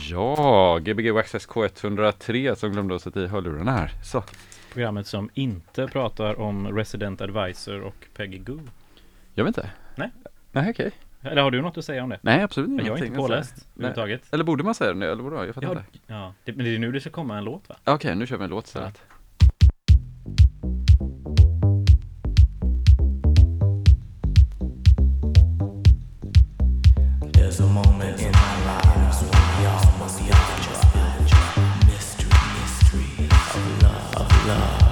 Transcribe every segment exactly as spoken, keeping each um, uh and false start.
Ja, G B G Access K etthundratre som glömde oss i hörlurarna här. Så. Programmet som inte pratar om Resident Advisor och Peggy Goo. Jag vet inte. Nej. Nej, okej. Okay. Eller har du något att säga om det? Nej, absolut inte. Jag är inte påläst överhuvudtaget. Eller borde man säga det nu? Eller borde jag fattar ja, inte. Ja, det, men det är nu det ska komma en låt, va? Okej, okay, nu kör vi en låt istället. Ja. There's a moment in our lives when we all must be mystery, mystery of love, of love.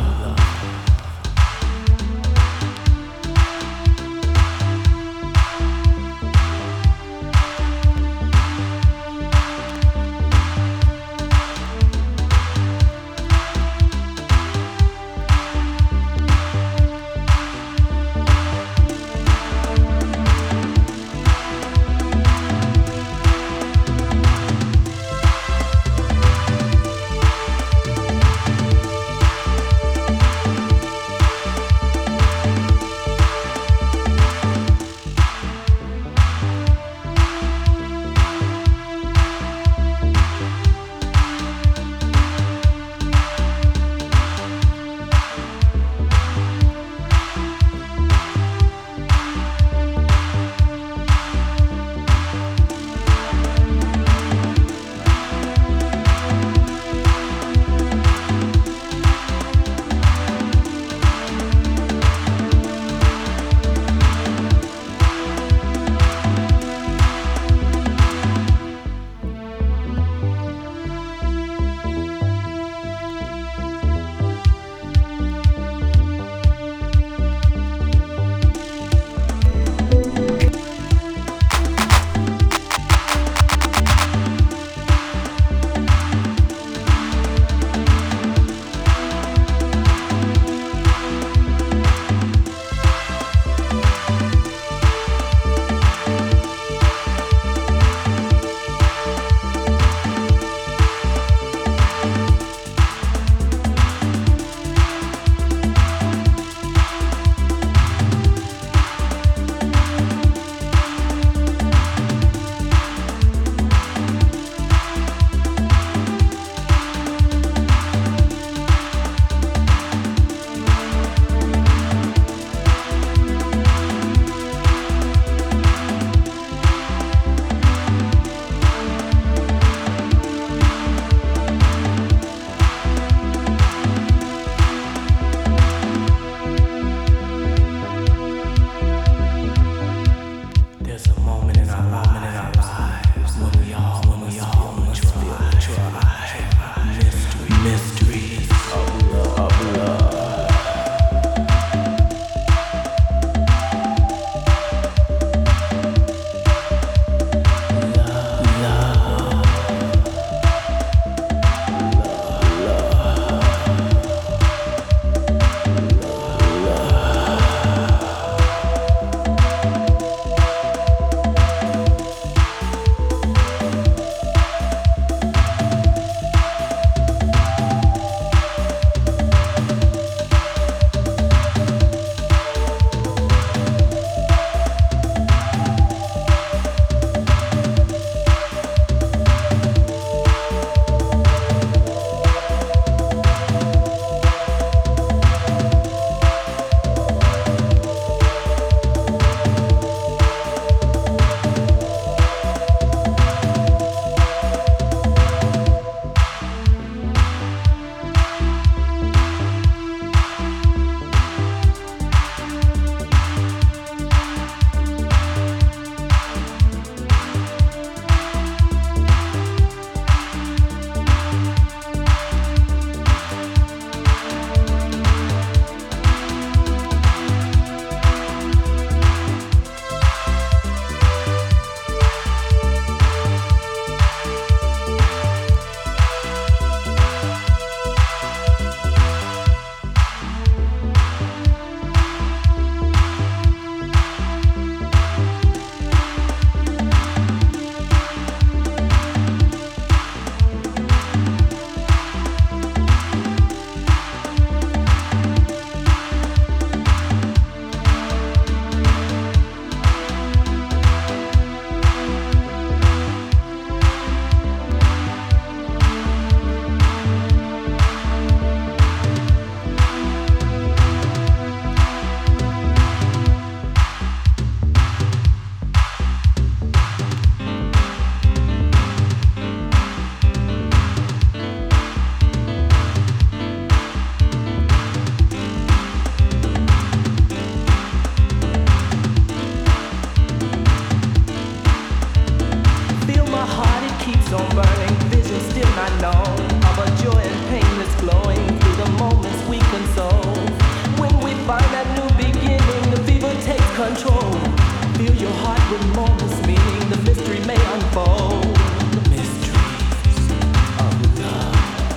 keeps on burning, vision still not known of a joy and pain that's glowing through the moments we console. When we find that new beginning, the fever takes control. Fill your heart with moments, meaning the mystery may unfold. Mysteries of love.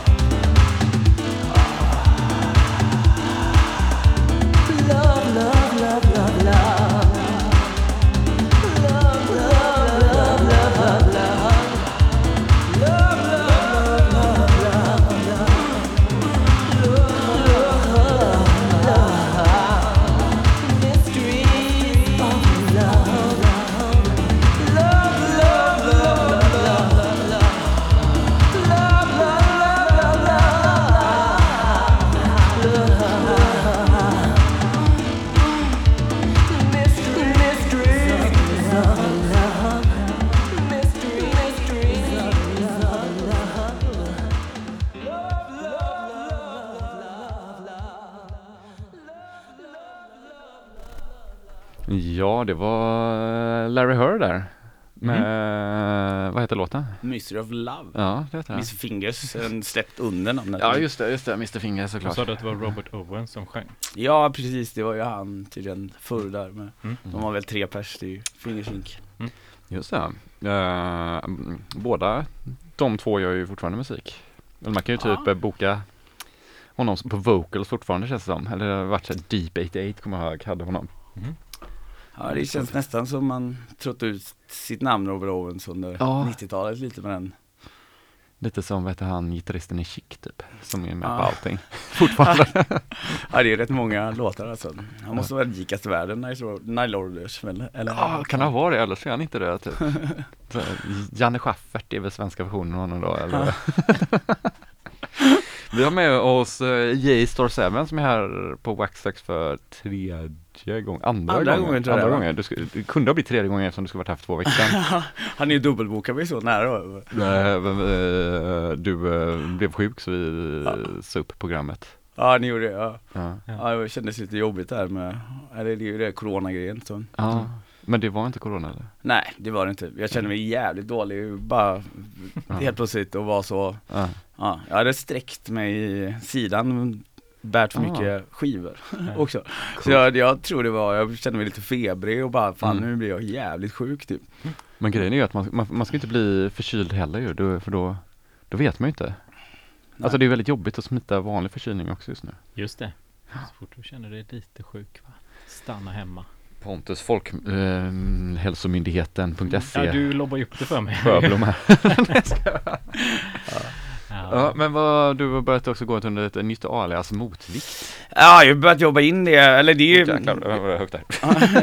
Love, love, love, love, love. Love, love, love, love, love, love. Love, love, love, love, love. Love, love, love. Mysteries of love. Love, love, love, love, love, love. Love, love, love, love, love. Mystery, mysteries of love. Mystery, mysteries of love. Love, love, love, love. Ja, det var Larry Hur där. Med, vad heter låten? Mystery of Love. Ja, det heter det. mister Fingers, en släppt under namnet. Ja, just det, just det. mister Finger Jag såklart. sa det att det var Robert Owens som sjöng. Ja, precis. Det var ju han tydligen förr där med. Mm. De var väl tre pers, det är ju Fingers Inc. Just det. Uh, båda de två gör ju fortfarande musik. Eller man kan ju typ Ja. eh, boka honom på vocals fortfarande, känns det som. Eller det har varit så här Deep åttioåtta, kommer jag ihåg, hade honom. Mm. Ja, det känns nästan som man trott ut sitt namn Robert Owens under Ja. nittiotalet lite med den. Lite som, vet du, han gitarristen i Chic typ, som är med Ja. på allting. Fortfarande. Ja, det är rätt många låtar alltså. Han måste vara rikast i världen, Nile Orders, eller? eller Ja, kan det ha varit, eller så är han inte det typ. Så, Janne Schaffert är väl svenska versionen av honom då, eller? Vi har med oss uh, J Star seven som är här på Waxflex för tredje gången, andra, Andra gången, gången, tror jag andra det var. gången. Du, skulle, du kunde ha blivit tredje gången eftersom du skulle varit här för två veckor sedan. Han är ju dubbelbokad, vi är så nära då. Eh, men, eh, du eh, blev sjuk så vi uh, sa upp programmet. Ja, ni gjorde det, ja. Ja. Ja, det kändes lite jobbigt där med, eller det är ju det coronagrejen så. Ja. Men det var inte corona eller? Nej, det var det inte. Jag kände mig jävligt dålig, bara Ja. helt plötsligt och var så, Ja. ja, jag hade sträckt mig i sidan, bärt för Ah. mycket skivor Ja. också. Coolt. Så jag, jag tror det var, jag kände mig lite febrig och bara, fan Mm. nu blir jag jävligt sjuk typ. Men grejen är ju att man, man, man ska inte bli förkyld heller ju, då, för då, då vet man ju inte. Alltså det är väldigt jobbigt att smita vanlig förkylning också just nu. Just det. Så fort du känner dig lite sjuk, va? Stanna hemma. Pontus, folk, eh, hälsomyndigheten punkt se. Ja, du lobbar ju upp det för mig. Sjöblom här. Ja. Ja, men vad, du har börjat också gå under ett nytt alias Motvikt. Ja, jag har börjat jobba in det, eller det är ju... Jäklar, det var högt där.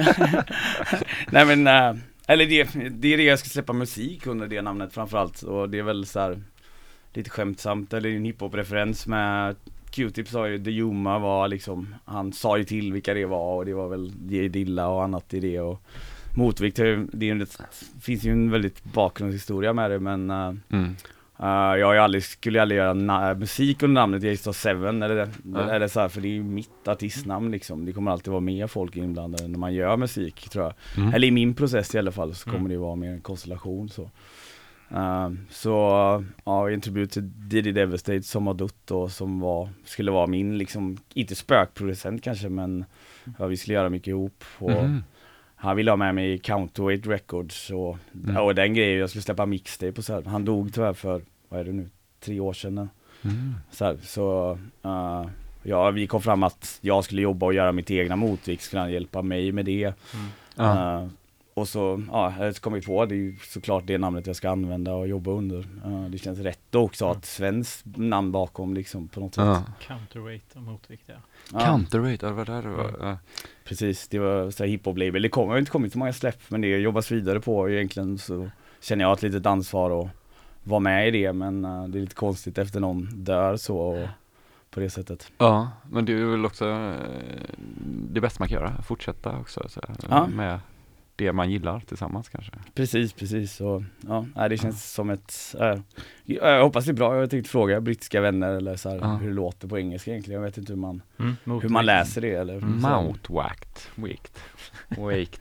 Nej men, äh, eller det, det är det jag ska släppa musik under det namnet framförallt. Och det är väl så här lite skämtsamt, eller en hiphop-referens med Q-Tip sa ju, The Yuma var liksom, han sa ju till vilka det var och det var väl J Dilla och annat i det och Motvikt, det, är ju, det finns ju en väldigt bakgrundshistoria med det men äh, Mm. Uh, jag har ju aldrig, skulle aldrig göra na- musik under namnet J Star seven eller, Ja. eller så här, för det är ju mitt artistnamn liksom. Det kommer alltid vara mer folk inblandade när man gör musik tror jag. Mm. Eller i min process i alla fall så kommer Mm. det ju vara mer en konstellation så. Uh, så ja, en tribut till Diddy Devastate som har dött och som var, skulle vara min liksom, inte spökproducent kanske men ja, vi skulle göra mycket ihop och Mhm. han ville ha med mig i Counterweight Records och, Mm. och den grejen, jag skulle släppa mixtape och så här. Han dog tyvärr för, vad är det nu, tre år sedan. Mm. Så, här, så uh, ja, vi kom fram att jag skulle jobba och göra mitt egna Motvikt, skulle han hjälpa mig med det. Mm. Ja. Uh, och så, ja, jag kom vi på, det är ju såklart det namnet jag ska använda och jobba under. Uh, det känns rätt också att svenskt namn bakom liksom på något sätt. Ja. Counterweight och motvikt, ja. Ja, Counterweight, ja, det var där det var. Ja. precis, det var så här hiphop-label. Det kommer, har inte kommit så många släpp, men det jobbas vidare på egentligen så känner jag ett litet ansvar att vara med i det, men uh, det är lite konstigt efter någon dör så och på det sättet. Ja, men det är väl också eh, det bästa man kan göra, fortsätta också så, här, Ja. med det man gillar tillsammans kanske. Precis, precis. Och, ja, nej, det känns som ett... Äh, jag hoppas det är bra. Jag tänkte fråga brittiska vänner eller så här, Ja. hur det låter på engelska egentligen. Jag vet inte hur man, Mm, hur man läser det. Eller, Mountwacked, wicked, waked.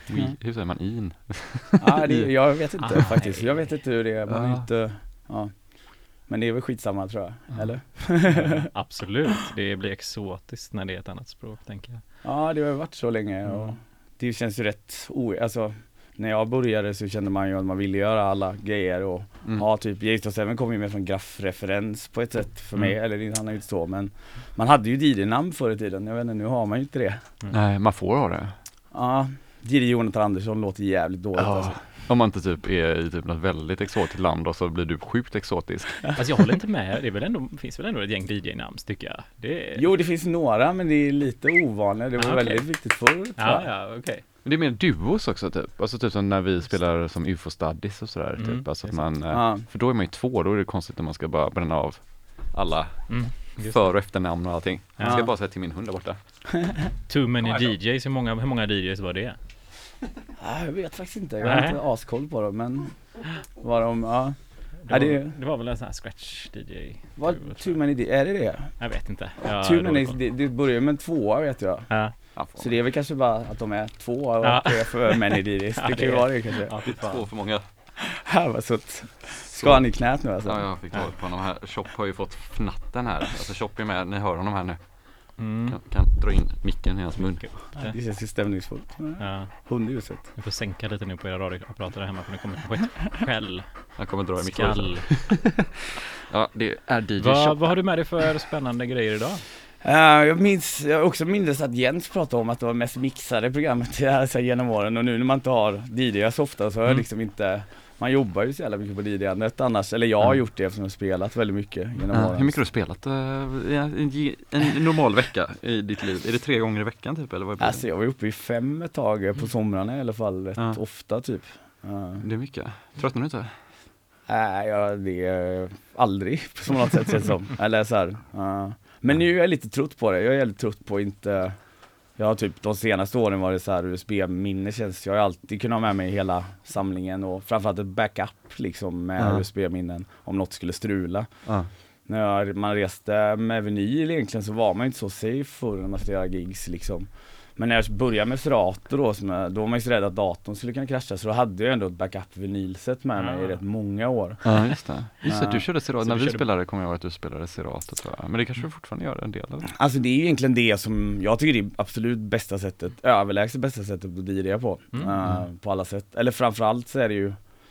We, hur säger man in? Ja, det, jag vet inte Ah, faktiskt. nej. Jag vet inte hur det är. Man är Ja. inte, ja. Men det är väl skitsamma tror jag, Ja. eller? Ja, absolut, det blir exotiskt när det är ett annat språk, tänker jag. Ja, det har ju varit så länge och Mm. det känns ju rätt o... Alltså, när jag började så kände man ju att man ville göra alla grejer och Mm. ja, typ J seven kom ju med som graffreferens på ett sätt för mig, Mm. eller det handlar ju inte så, men man hade ju D J-namn förr i tiden, jag vet inte, nu har man ju inte det. Nej, man får ha det. Ja, D J Jonathan Andersson låter jävligt dåligt Ja. alltså. Om man inte typ är i typ något väldigt exotiskt land och så blir du sjukt exotisk. Alltså jag håller inte med, det är väl ändå, finns väl ändå ett gäng D J-namn tycker jag. Det är... Jo, det finns några, men det är lite ovanligt, det var Ah, okej. väldigt viktigt förr tror Ja, jag. ja, okej. Men det är mer duos också typ. Alltså typ som när vi spelar som U F O Studies och sådär Mm, typ. Alltså det att är man, eh, Ja. för då är man ju två, då är det konstigt när man ska bara bränna av alla Mm, just för- och efternamn och allting. Jag ska Ja. bara säga till min hund där borta. Too many Ja, ja. D Js, hur många, hur många D Js var det? Ja, jag vet faktiskt inte, jag har Nej. inte askoll på dem, men vad de, ja. Det, Ja, var, det- det var väl en sån här scratch D J? Vad, tror jag. too many, D- är det det? Jag vet inte. Jag Too har many, dålig koll. det, det börjar med en tvåa vet jag. Ja, Ja, Så det är väl kanske bara att de är två och Ja. tre för many D Js. Ja, Det det kan ju är- vara det kanske. ja, fy två fan. för många. Här var sutt. Ska han i knät nu alltså? Ja, jag fick tag på honom här. Chop har ju fått fnatten här. Alltså Chop är med, ni hör honom här nu. Mm. Kan, kan dra in micken i hans mun. Det känns ju stämningsfullt. Ja, Hund är ju sött. ni får sänka lite nu på era radioapparater där hemma för nu kommer det på ett skäll. Han kommer dra i micken. Skall. Ja, det är D J Vad, Chop. vad har du med dig för spännande grejer idag? Uh, jag minns, jag också minns att Jens pratade om att det var mest mixade programmet alltså, genom åren, och nu när man inte har D J så ofta så har jag Mm. liksom inte, man jobbar ju så jävla mycket på D J-andet annars, eller jag har Mm. gjort det eftersom jag har spelat väldigt mycket genom Ja, åren. hur mycket har du spelat uh, i en, en normal vecka i ditt liv? Är det tre gånger i veckan typ? Eller vad är det? Alltså jag var uppe i fem ett tag eh, på somrarna i alla fall, rätt Ja. ofta typ. Uh, Det är mycket. Tröttnar du inte? Nej, ja, det är aldrig på något sätt känns det som. Eller så här, uh. Men nu är jag lite trött på det. Jag är lite trött på inte. Jag har typ de senaste åren varit så här U S B-minne känns. Jag har alltid kunnat ha med mig hela samlingen och framförallt ett backup liksom med Ja. U S B-minnen om något skulle strula. Ja. När jag, man reste med vinyl egentligen så var man inte så safe förr när man skulle göra gigs liksom. Men när jag började med Serato då, som jag, då var man ju så rädd att datorn skulle kunna krascha, så då hade jag ändå ett backup-vinylset med mig i Ah. rätt många år. Ja, just det. Just det, Ja. du körde Serato. Så När du vi körde- spelade kommer jag ihåg att du spelade Serato tror jag. Men det kanske du fortfarande gör en del eller? Alltså det är ju egentligen det som jag tycker är det absolut bästa sättet, överlägset bästa sättet att D J på, Mm. eh, på alla sätt. Eller framförallt så är det ju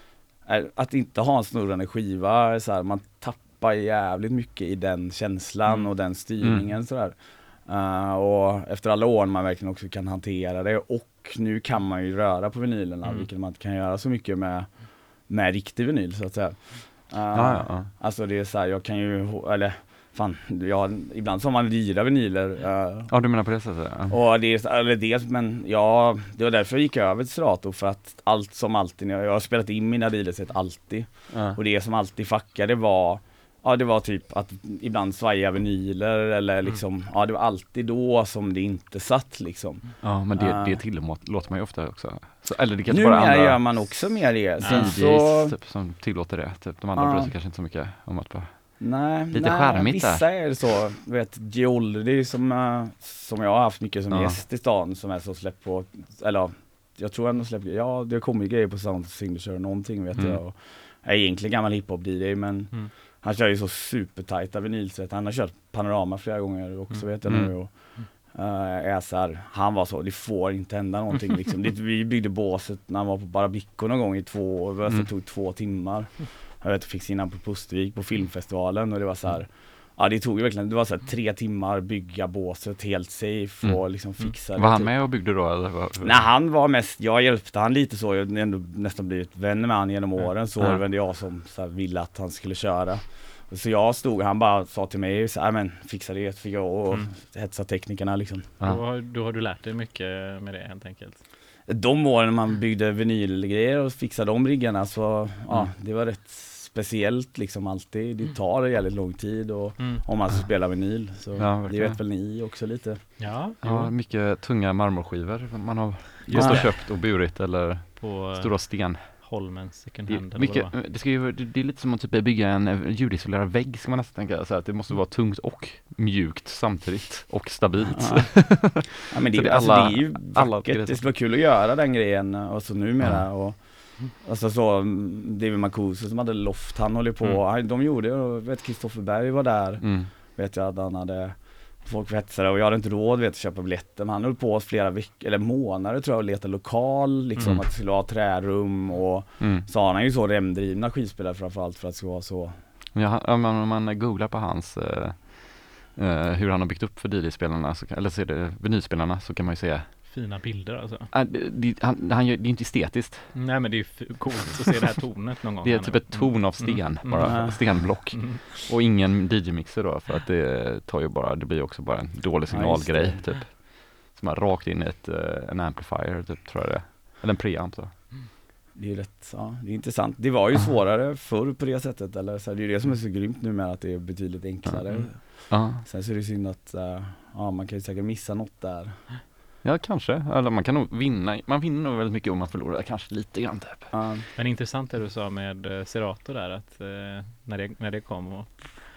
är, att inte ha en snurrande skiva, så här, man tappar jävligt mycket i den känslan Mm. och den styrningen Mm. sådär. Uh, och efter alla år man verkligen också kan hantera det, och nu kan man ju röra på vinylerna, Mm. vilket man inte kan göra så mycket med, med riktig vinyl så att säga. Uh, Ja, ja, ja. Alltså det är så här, jag kan ju, eller fan, jag, ibland så har man dyra vinyler. Uh, Ja, du menar på det sättet? Ja. och det är, eller det, men ja, det var därför jag gick över till Serato, för att allt som alltid, jag har spelat in mina dealerset alltid, Ja. och det som alltid fuckade var, ja det var typ att ibland svaja vinyler eller liksom, ja det var alltid då som det inte satt liksom. Ja, men det, Ah. det tillåter man ju ofta också. Så, eller det kanske Nu bara andra gör man också mer det. D Sen Js så, typ, som tillåter det. Typ, de andra Ja. bryr sig kanske inte så mycket om att bara... nej, Lite nej, charmigt där. vissa är det så, vet Giol, det är som, uh, som jag har haft mycket som Ja. gäst i stan, som är så släppt på, eller ja, jag tror ändå släppt, ja det kommer grejer på Sound Signature någonting vet Mm. jag, och jag är egentligen gammal hiphop-D J, men Mm. han kör ju så supertajta vinylset, han har kört Panorama flera gånger också Mm. vet jag Mm. nu, och uh, är så här, han var så, det får inte hända någonting liksom. det, vi byggde båset när han var på Barabicco någon gång i två år, Mm. det tog två timmar. Jag vet, jag fick innan på Pustervik på filmfestivalen, och det var så här, ja det tog ju verkligen, det var så här tre timmar bygga båset helt safe Mm. och liksom fixa det. Var han typ. med och byggde då? Eller vad? Nej, han var mest, jag hjälpte han lite så, jag har ändå nästan blivit vän med han genom åren, så Ja. det var ändå jag som så här, ville att han skulle köra. Så jag stod, han bara sa till mig så här, men fixa det, fick jag och Mm. hetsa teknikerna liksom. Då, Ja. har, då har du lärt dig mycket med det helt enkelt. De åren man byggde vinylgrejer och fixade de riggarna, så ja, Mm. det var rätt speciellt liksom alltid. Det tar jävligt lång tid och Mm. om man ska spela vinyl, så Ja, det verkligen. vet väl ni också lite. Ja, Ja, jo, mycket tunga marmorskivor man har Just gått och det. köpt och burit eller på, stora sten. Holmen second Det, hand är eller mycket, vad det var. det, ska ju, det, det är lite som att typ bygga en ljudisolerad vägg, ska man nästan tänka. Så att det måste vara tungt och mjukt samtidigt och stabilt. Ja. Ja, men det, Så det är alltså, alla- det är ju alla vackert, grejer det som- skulle vara kul att göra den grejen och så numera Ja. och alltså så mm, David Marcuse som hade Loft, han håller på, Mm. han, de gjorde och vet Kristoffer Berg var där, Mm. vet jag att han hade folk hetsade och jag hade inte råd vet, att köpa biljetter, men han höll på flera veckor eller månader tror jag och leta lokal liksom Mm. att det skulle vara trärum och Mm. så han är ju så remdrivna skivspelare framförallt för att det ska vara så. Ja, om man, om man googlar på hans eh, eh, hur han har byggt upp för D J-spelarna, så, kan- eller så är det vinylspelarna, så kan man ju se. Fina bilder alltså. Ah, det, det, han, han gör, det är inte estetiskt. Nej men det är ju f- coolt att se det här tornet någon gång. Det är här typ nu. ett torn av sten, Mm. Mm. bara Mm. stenblock. Mm. Och ingen D J-mixer då, för att det tar ju bara, det blir också bara en dålig Ja, just signalgrej det. typ. Som är rakt in i ett, eh, en amplifier typ, tror jag det är. Eller en preamp då. Det är ju rätt, ja, det är intressant. Det var ju svårare förr på det sättet eller så här, det är ju det som är så grymt nu med att det är betydligt enklare. Mm. Ja, Sen så är det synd att, uh, ja man kan ju säkert missa något där. ja kanske. Eller man kan nog vinna, man vinner nog väldigt mycket om man förlorar kanske lite grann typ. Ja. Men intressant det du sa med uh, Serato där att uh, när, det, när det kom och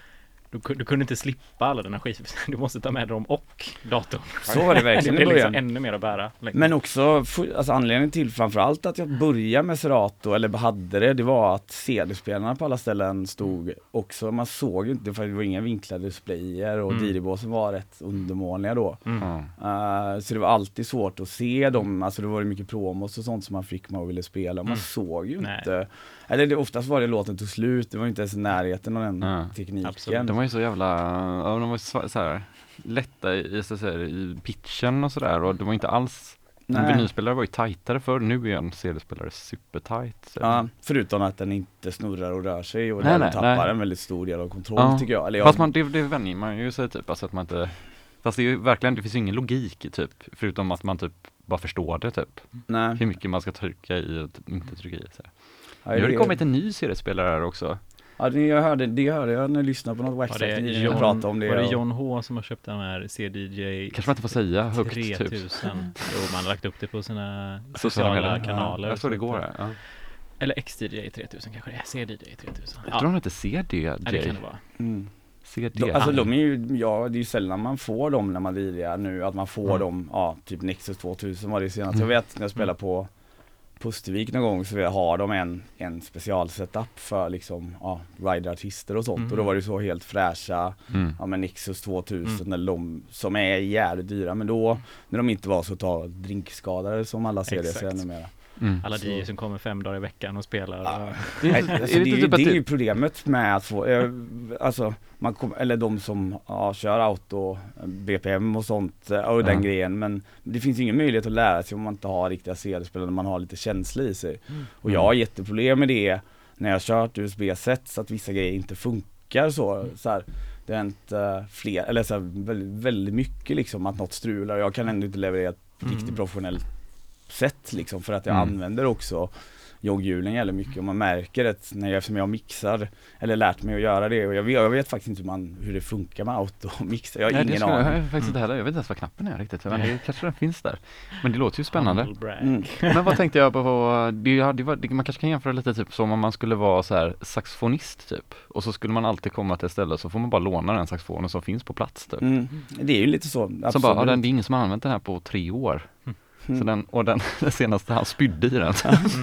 du, ku- du kunde inte slippa alla dina skivor. Du måste ta med dem och datorn. Så var det verkligen Det i är liksom början. ännu mer att bära. längre. Men också, fu- alltså anledningen till framförallt att jag började med Serato, eller hade det, det var att C D-spelarna på alla ställen stod också, man såg ju inte, för det var inga vinklade displayer och Mm. D J-båsen var rätt undermåliga då. Mm. Ja. Uh, så det var alltid svårt att se dem, alltså det var ju mycket promos och sånt som man fick man ville spela, man Mm. såg ju Nej. inte, eller det, oftast var det låten tog slut, det var ju inte ens i närheten av den Ja, tekniken. absolut. De var ju så jävla, ja, de var ju så, så här lätta i, så att säga, i pitchen och sådär, och det var inte alls, en Nej. vinylspelare var ju tajtare förr, nu är en C D-spelare supertajt. Så. Ja, förutom att den inte snurrar och rör sig och Nej, där nej, tappar nej. en väldigt stor del av kontroll Ja. tycker jag. Eller jag Fast man, det, det vänjer man ju sig typ, alltså att man inte, fast det är ju verkligen, det finns ju ingen logik i typ, förutom att man typ bara förstår det typ, nej. hur mycket man ska trycka i och typ inte trycka i. Så här. Ja, Nu har det det- kommit en ny C D-spelare här också. Ja, det, jag hörde, det hörde jag när jag lyssnade på något Var Wax det, Factory John, och pratade om det. var det och- John H som har köpt den här C D J Kanske man inte får säga högt tre typ. tusen? Jo, man har lagt upp det på sina Sociala sociala medier. kanaler. Ja, jag såg det Så att- igår. Ja. Eller X D J tre tusen kanske det är. C D J tre tusen. Jag tror han heter C D J. ja, det kan det vara. Mm. C D. De, alltså de är ju, ja det är ju sällan man får dem när man D J:ar nu, att man får Mm. dem, ja typ Nexus tvåtusen var det senast. Mm. Jag vet när jag spelar på Pustervik någon gång så har de en, en specialsetup för liksom, ja, riderartister och sånt. Mm. Och då var det så helt fräscha, Mm. ja men Nexus tvåtusen Mm. eller de som är jävligt dyra. Men då, när de inte var så ta drinkskadade som alla C D:s är Exakt. numera. Mm. Alla Så- D J som kommer fem dagar i veckan och spelar. Ja. och- Det är, Nej, är, alltså, det det, är, inte ju- typ att det är det, ju problemet med att få, eh, alltså man kom, eller de som ja, kör auto, eh, B P M och sånt eh, och den Ja. grejen, men det finns ju ingen möjlighet att lära sig om man inte har riktiga C D-spelare, när man har lite känsla i sig. Mm. Och jag har jätteproblem med det när jag har kört U S B-set så att vissa grejer inte funkar så, så här, det har hänt uh, fler, eller så här, väldigt, väldigt mycket liksom att något strular och jag kan ändå inte leverera ett Mm. riktigt professionellt sätt liksom, för att jag Mm. använder också jogghjulen jävligt mycket och man märker att när jag, eftersom jag mixar eller lärt mig att göra det och jag vet, jag vet faktiskt inte hur, man, hur det funkar med auto och mixar, jag har nej, det ingen skulle, jag aning. har faktiskt inte heller, jag vet inte ens vad knappen är riktigt, men det kanske den finns där. Men det låter ju spännande. Humble brag. Mm. Men vad tänkte jag på, det, ja, det var, det, man kanske kan jämföra lite typ som om man skulle vara så här saxofonist typ, och så skulle man alltid komma till ett ställe så får man bara låna den saxofonen som finns på plats typ. Mm. Det är ju lite så, absolut. Så bara, ja, den, det är ingen som har använt den här på tre år. Mm. Så den, och den, den senaste han spydde i den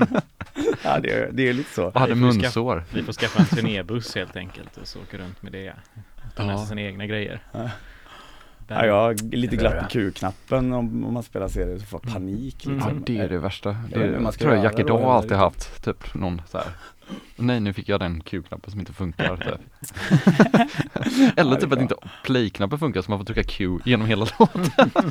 Ja, det är, det är lite så. och hade Vi får skaffa- munsår. Vi får skaffa en turnébuss helt enkelt och så åka runt med det. Ta med Ja. sig sina egna grejer. Ja. Där- Ja, jag är lite Det glatt gör på jag. Q-knappen om, om man spelar serier så får jag panik Mm. Ja, liksom. det är det värsta. Jag Det vet inte hur man ska tror jag göra Jack då, idag eller? alltid haft, typ någon så här. Nej, nu fick jag den Q-knappen som inte funkar. Typ. Eller typ att inte play-knappen funkar så man får trycka Q genom hela låten.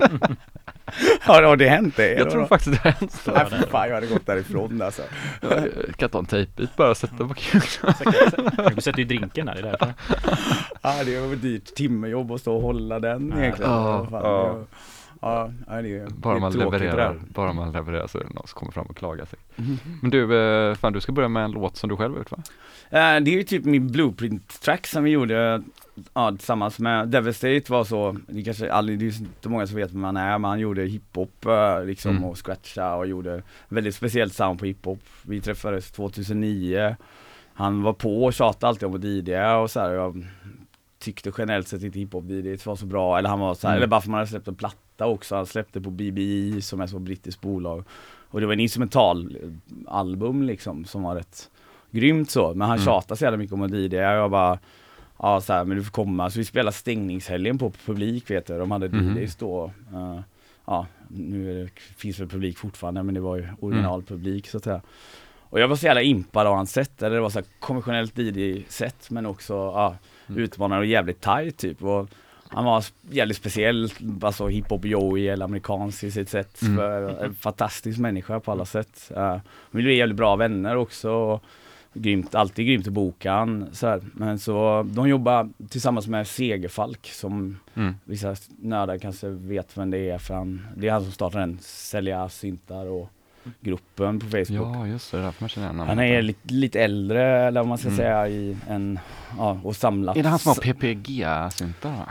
Ja, det har det hänt det? Jag tror faktiskt det har hänt. Står Nej, där. för fan, jag hade gått därifrån alltså. Jag kan ta en tejpbit bara och sätta på Q-knappen. Du sätter ju drinken där, det är därför. Ja, det var väl dyrt timmejobb att stå och hålla den Ja. egentligen. Ja, Fan, ja. Ja, ja, det är, Bara det är man tråkigt det levererar, där. bara man levererar så är det någon som kommer fram och klagar sig. Mm. Men du, eh, fan du ska börja med en låt som du själv har gjort va? Eh, Det är ju typ min blueprint-track som vi gjorde ja, tillsammans med Devastate var så, det kanske aldrig, det är inte många som vet vem man är, men han gjorde hiphop eh, liksom Mm. och scratcha och gjorde väldigt speciellt sound på hiphop. Vi träffades tjugohundranio, han var på och tjatade alltid om att D J och så här. Jag tyckte generellt sett inte hiphop-D J var så bra, eller han var så här, Mm. eller bara för man hade släppt en platta också, han släppte på B B I som är så brittiskt bolag. Och det var en instrumental album liksom som var rätt grymt så, men han Mm. tjatade så jävla mycket om att D J. Jag bara, ja så här, men du får komma. Så vi spelade stängningshelgen på publik vet du, de hade Mhm. D Js då. Uh, ja, nu är det, finns väl publik fortfarande, men det var ju originalpublik så att säga. Och jag var så jävla impad av hans sätt, eller det var så här konventionellt D J-sätt, men också ja, Mm. utmanande och jävligt tight typ. Och han var jävligt speciell, alltså hiphop Joey eller amerikansk i sitt sätt. Mm. För, en fantastisk människa på alla sätt. Uh, vi blev jävligt bra vänner också. Och grymt, alltid grymt att boka han, så här. Men så de jobbar tillsammans med Segerfalk som Mm. vissa nördar kanske vet vem det är, för han, det är han som startar den Sälja syntar och gruppen på Facebook. Ja just det, därför man känner igen Han namnet. är lite, lite äldre, eller vad man ska Mm. säga, i en, ja, och samlat. Är det han som har P P G-syntar va?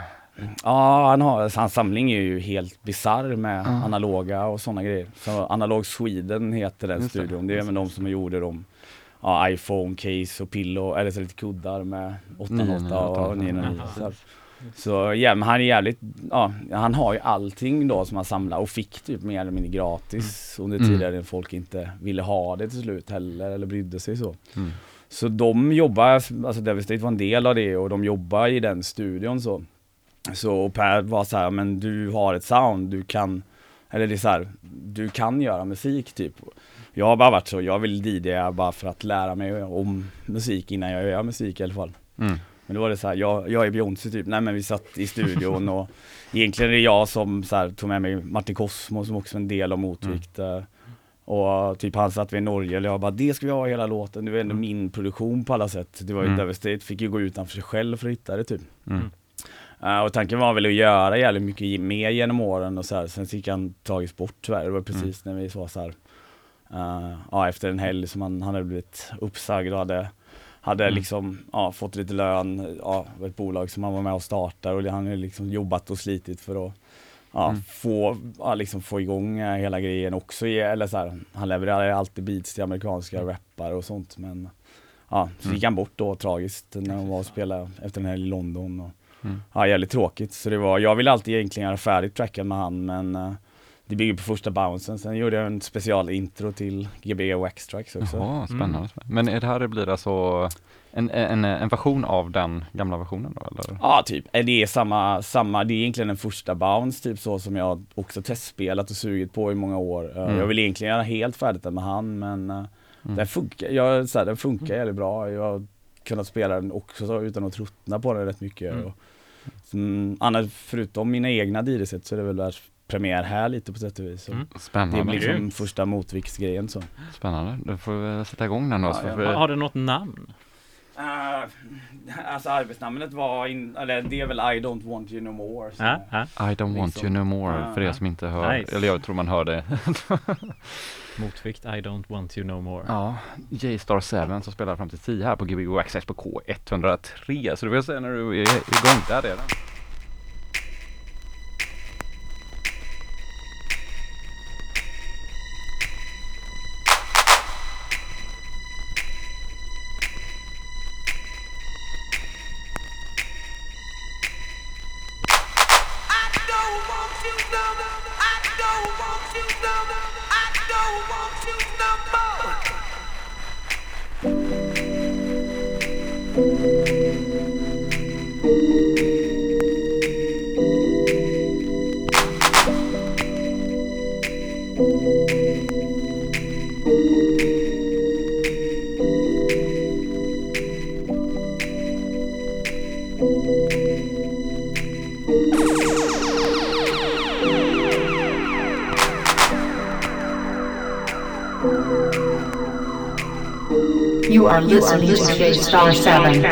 Ja, han har, hans samling är ju helt bizarr med Ja. analoga och sådana grejer. Så Analog Sweden heter den Just det. studion. Det är även de som gjorde dem. Ja, iPhone case och pillow, eller så lite kuddar med åtta nio åtta nio och nio. nio nio. Ja. Så, så ja, men han är jävligt, ja, han har ju allting då som han samlar och fick typ mer eller mindre gratis under Mm. tidigare när folk inte ville ha det till slut heller eller brydde sig så. Mm. Så de jobbar, alltså Devastate var en del av det och de jobbar i den studion så. Så och Per var så här, men du har ett sound, du kan, eller det är så här, du kan göra musik typ. Jag har bara varit så, jag vill D J bara för att lära mig om musik innan jag gör musik i alla fall. Mm. Men då var det så här, jag, jag är Beyoncé typ, nej men vi satt i studion och egentligen är det jag som så här, tog med mig Martin Cosmo som också är en del av Motvikt. Mm. Och typ han satt vid Norge, eller jag bara, det ska vi ha hela låten, det var ändå mm. min produktion på alla sätt. Det var ju mm. Devastate, fick ju gå utanför sig själv för att hitta det typ. Mm. Uh, och tanken var väl att göra jävligt mycket mer genom åren och så här. Sen fick han tagits bort tyvärr. Det var precis mm. när vi var så här. Uh, ja, efter en helg som han, han hade blivit uppsagd och hade, hade mm. liksom ja, fått lite lön ja, av ett bolag som han var med och startade, och det, han hade liksom jobbat och slitit för att ja, mm. få, ja, liksom få igång uh, hela grejen också. Eller så här, han levererade alltid beats till amerikanska mm. rappare och sånt, men ja, så gick han bort då tragiskt när han var och spelade efter en helg i London. Och Mm. ja, jävligt tråkigt. Så det var, jag ville alltid egentligen göra färdigt tracken med han, men uh, det bygger på första bouncen. Sen gjorde jag en special intro till G B Wax Tracks också. Jaha, spännande. Mm. Men är det här, det blir alltså en, en, en version av den gamla versionen då, eller? Ja, typ. Det är samma, samma, det är egentligen den första bounce, typ så som jag också testspelat och sugit på i många år. Uh, Mm. Jag vill egentligen göra helt färdigt den med han, men uh, Mm. den funkar, jag, så här, den funkar mm. jävligt bra. Jag har kunnat spela den också så, utan att tröttna på den rätt mycket. Mm. Och, Mm, annars förutom mina egna D J-set så är det väl där premiär här lite på sätt och vis. Mm. Spännande. Det blir liksom Grymt. första motviktsgrejen så. Spännande. Då får vi sätta igång den då. Ja, så ja. får vi... Har, har det något namn? Uh, alltså arbetsnamnet var, in, eller det är väl I don't want you no more. Så. Ja, ja. I don't want Liksom. you no more, Ja, för er ja. som inte hör, Nice. eller jag tror man hör det. Motvikt, I don't want you no more. Ja, J-Star sju som spelar fram till tio här på G B O Access på K ett noll tre, så du vill säga när du är igång, där är den. You are listening to J-Star seven.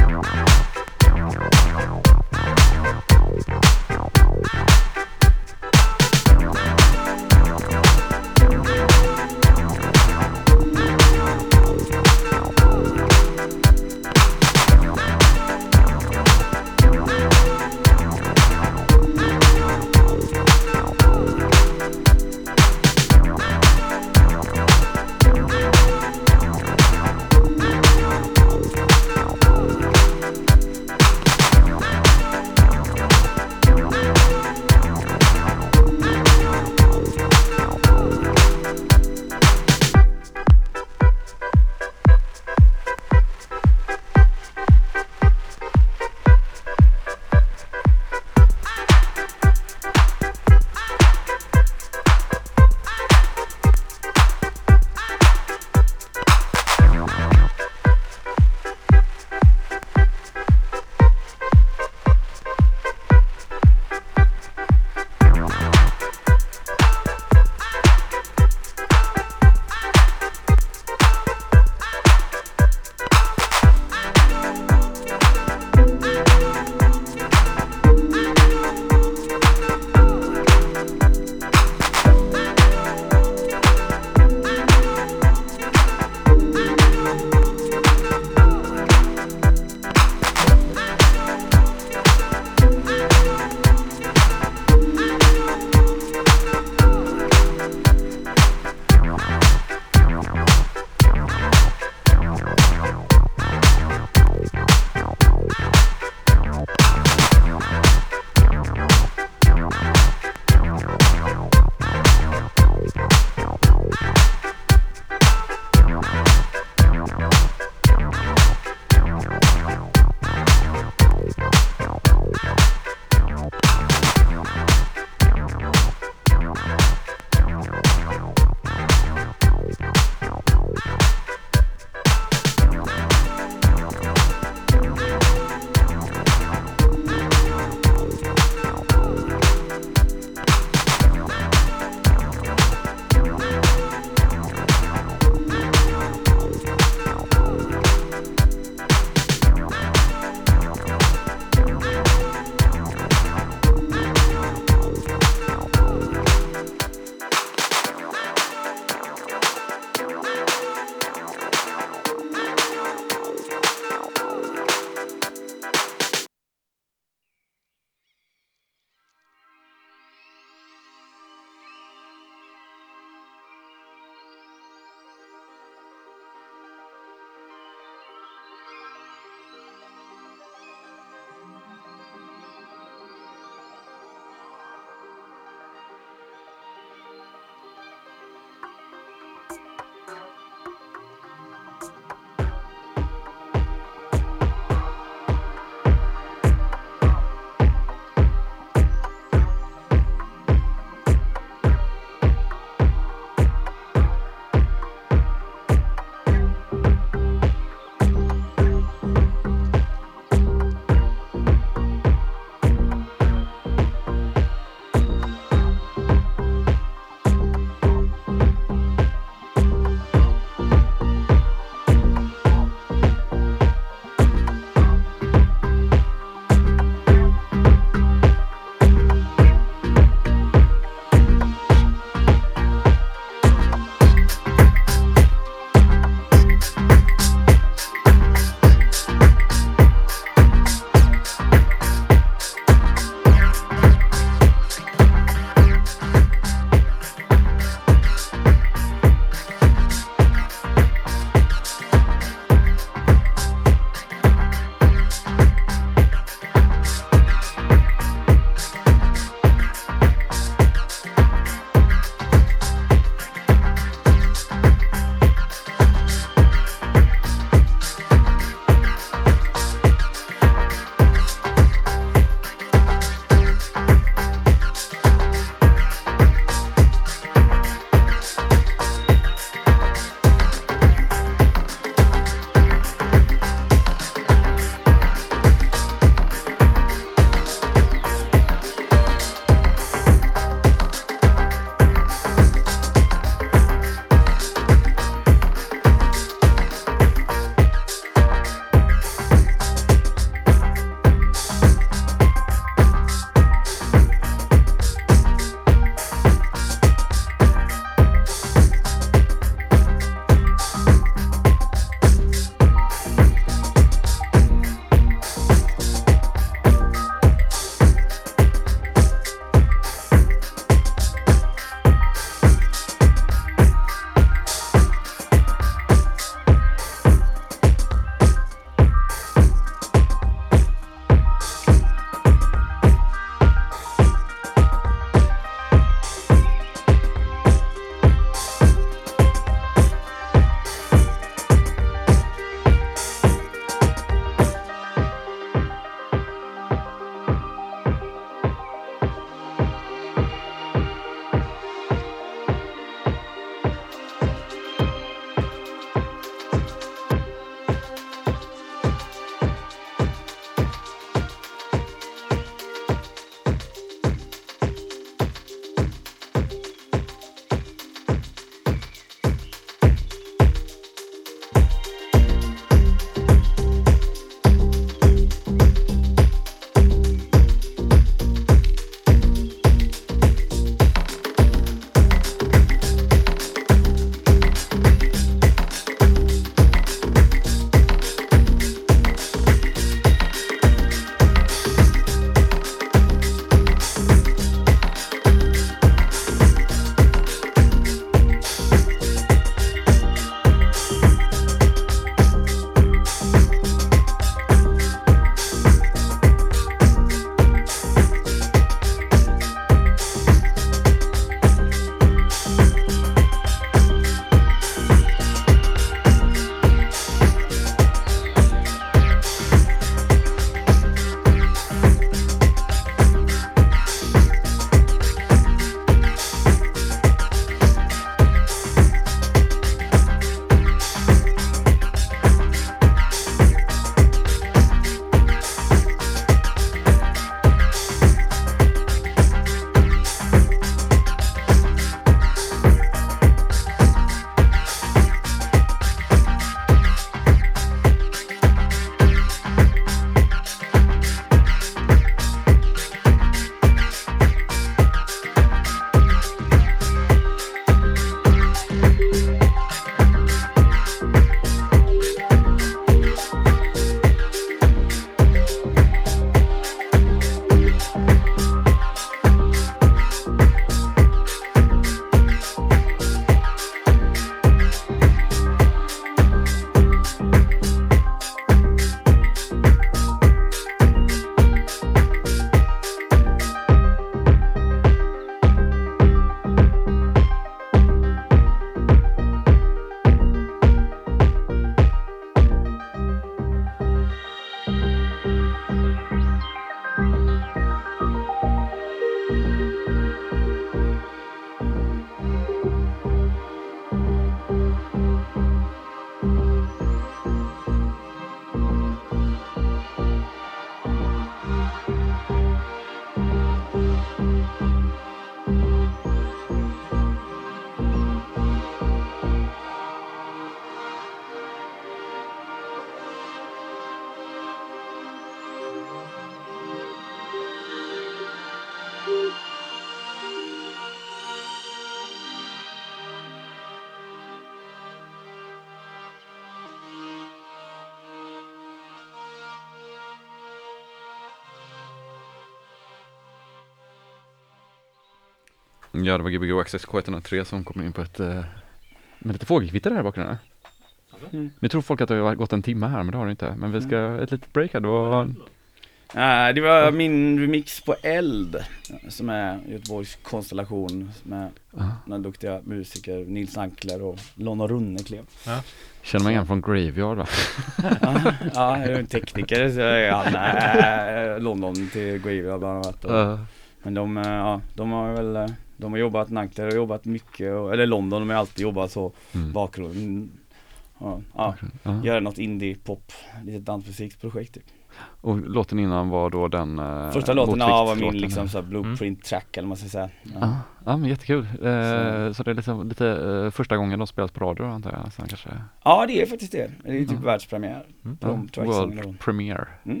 Ja, det var G B G Access K ett noll tre som kom in på ett eh, med lite fågelkvitter här i bakgrunden. Mm. Nu tror folk att det har gått en timme här, men det har det inte. Men vi ska ett litet break här. Det var... Uh, det var min remix på Eld, som är Göteborgs konstellation med uh. några duktiga musiker, Nils Ankler och Lonna Runneklev. Ja. Känner man igen från Graveyard, va? Ja, ja, jag är en tekniker, så jag är han äh, London till Graveyard bland annat. Och, Uh. Men de, äh, ja, de har väl, de har jobbat, Ankler har jobbat mycket, och, eller London, de har alltid jobbat så, Mm. bakgrund. Ja, ja, Uh. göra något indie-pop, lite dansmusiksprojekt typ. Och låten innan var då den uh, Första låten ja, var min motviktslåten. liksom så här blueprint track eller vad man ska säga. Ja. Ja, ja, men jättekul. Eh, Så. så det är liksom lite eh, första gången de spelas på radio, antar jag. Sen kanske... Ja, det är faktiskt det. Det är typ Ja. världspremiär. Mm. På de Ja, tracksarna då. World Premiere. Mm.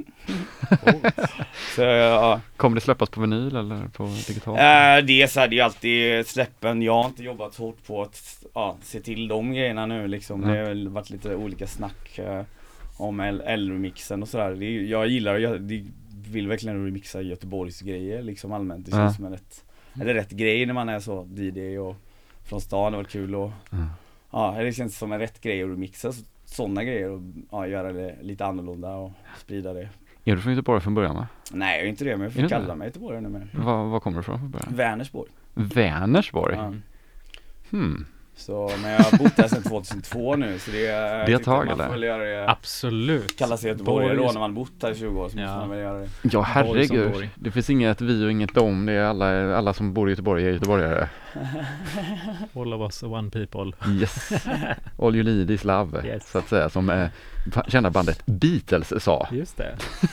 Så ja, Kommer det släppas på vinyl eller på digitalt? äh, det är så här, det är alltid släppen. Jag har inte jobbat så hårt på att ja, se till de grejerna nu liksom. Ja. Det har väl varit lite olika snack eh, om L- L-remixen och sådär. Det, jag gillar, jag det vill verkligen remixa Göteborgs grejer liksom allmänt. Det känns Ja. som en rätt, eller rätt grej när man är så D J och från stan. Det var kul och Mm. ja, det känns som en rätt grej att remixa sådana grejer och ja, göra det lite annorlunda och sprida det. Är du från Göteborg från början, va? Nej, jag är inte det, men jag Är får du kalla det? mig Göteborgare nu med. Var, var kommer du från från början? Vänersborg. Vänersborg? Ja. Hmm. Så, men jag har bott där sedan tjugohundratvå nu, så det är... Det är ett tag, man eller? får väl göra det. Absolut. Kalla sig göteborgare då Borg- när man bott här i tjugo år, så Ja. måste man väl göra det. Ja, Borg som herregud. Borg. Det finns inget vi och inget dom. Det är alla, alla som bor i Göteborg är göteborgare. All of us are one people. Yes. All you need is love, Yes. så att säga. Som eh, kända bandet Beatles sa. Just det.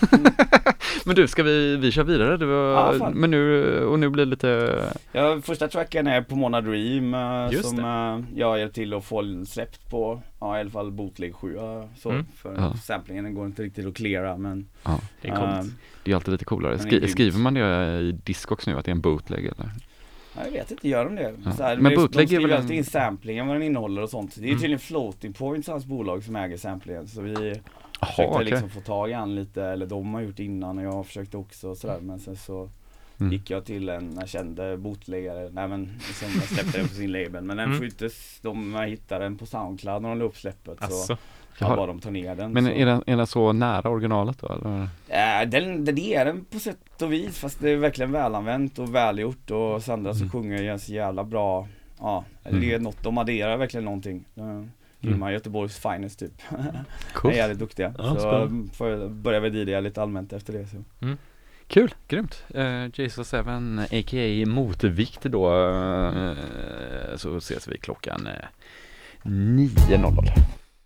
Men du, ska vi, vi kör vidare? Du, Ja, fan. men nu, och nu blir det lite... Ja, första tracken är på Mona Dream eh, Just som det. eh, jag hjälpt till att få släppt på, ja i alla fall bootleg sju så, Mm. för Ja. samplingen går inte riktigt att cleara, men Ja, Det är coolt. eh, det är alltid lite coolare. Men det är Skri, grymt. skriver man det i Discogs nu att det är en bootleg eller? ja, jag vet inte, gör de det? Ja. Så här, Men men bootleg de är väl skriver en- alltid in samplingen, vad den innehåller och sånt. Det är Mm. tydligen Floating Points, hans bolag, som äger samplingen, så vi Jaha, försökte okej. liksom få tag i han lite, eller de har gjort innan och jag försökte också och sådär, men sen så Mm. gick jag till en jag kände bootläggare, nej men som jag släppte den på sin label, men den Mm. skjuttes, de hittade den på Soundcloud när de la upp släppet, så Alltså. jag Jaha. bad dem ta ner den. Men så. är den, är den så nära originalet då? Eller? Äh, den, det är den på sätt och vis, fast det är verkligen välanvänt och välgjort, och Sandra Mm. så sjunger ju så jävla bra, ja, eller det är något, de adderar verkligen någonting. Uh, Grymma Göteborgs finest typ. De är jävligt duktiga. Ja, så spännande. um, får jag börja väl D J lite allmänt efter det. Så. Kul, grymt. Uh, Jason Seven, a k a. Motvikt då, uh, så ses vi klockan uh, nio noll noll.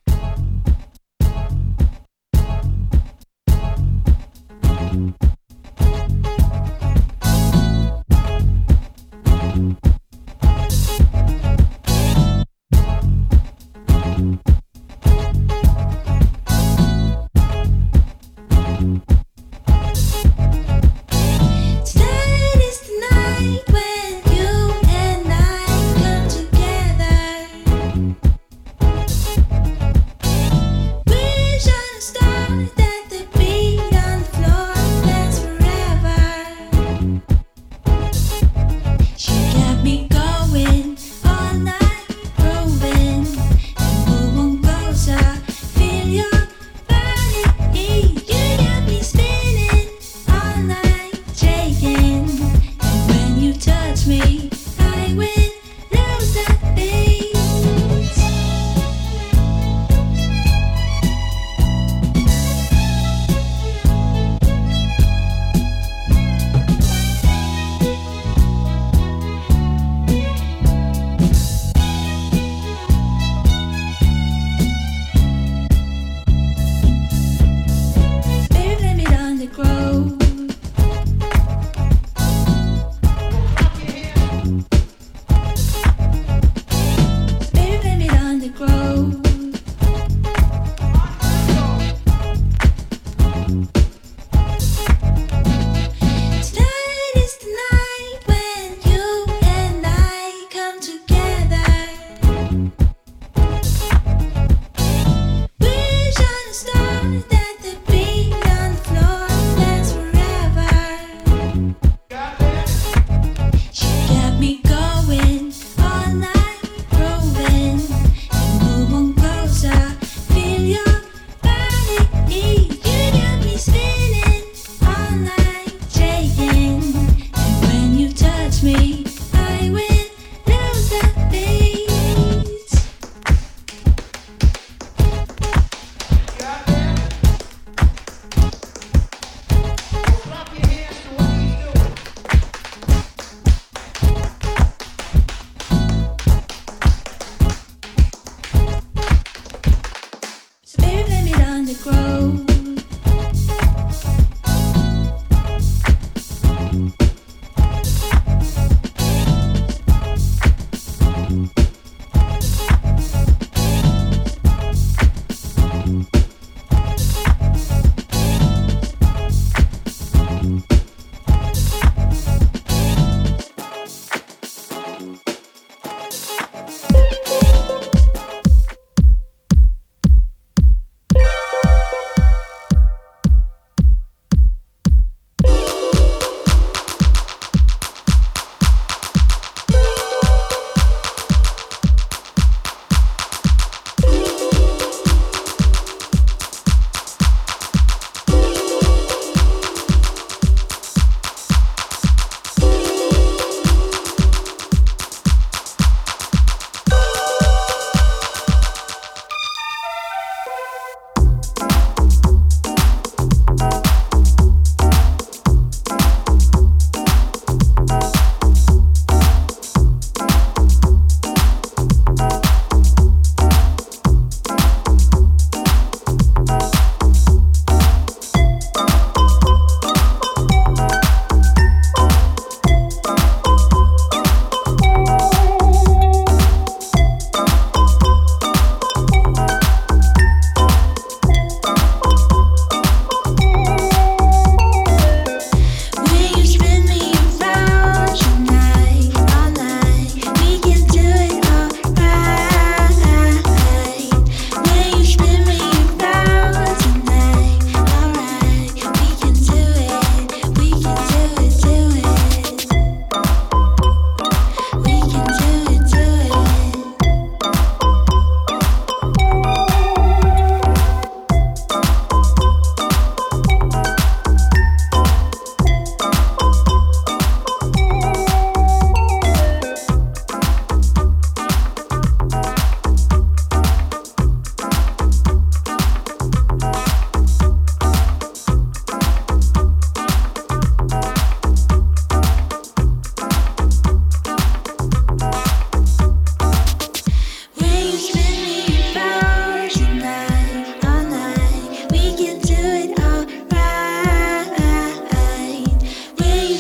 Tonight is the night when you and I come together. We shine a star that the beat on the floor lasts forever. She got me going all night, grooving, and we won't closer. Feel your body, you got me spinning all night, shaking. And when you touch me, I will lose the beat. Baby, blame it on the grove.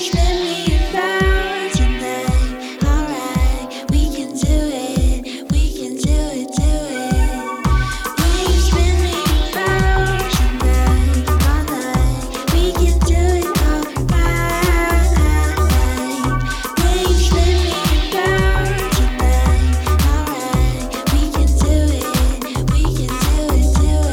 spin me around tonight? Alright, we can do it, we can do it, do it. Will you spin me around tonight? All night, we can do it, alright. Will you spin me around tonight? Alright, we can do it, we can do it, do it.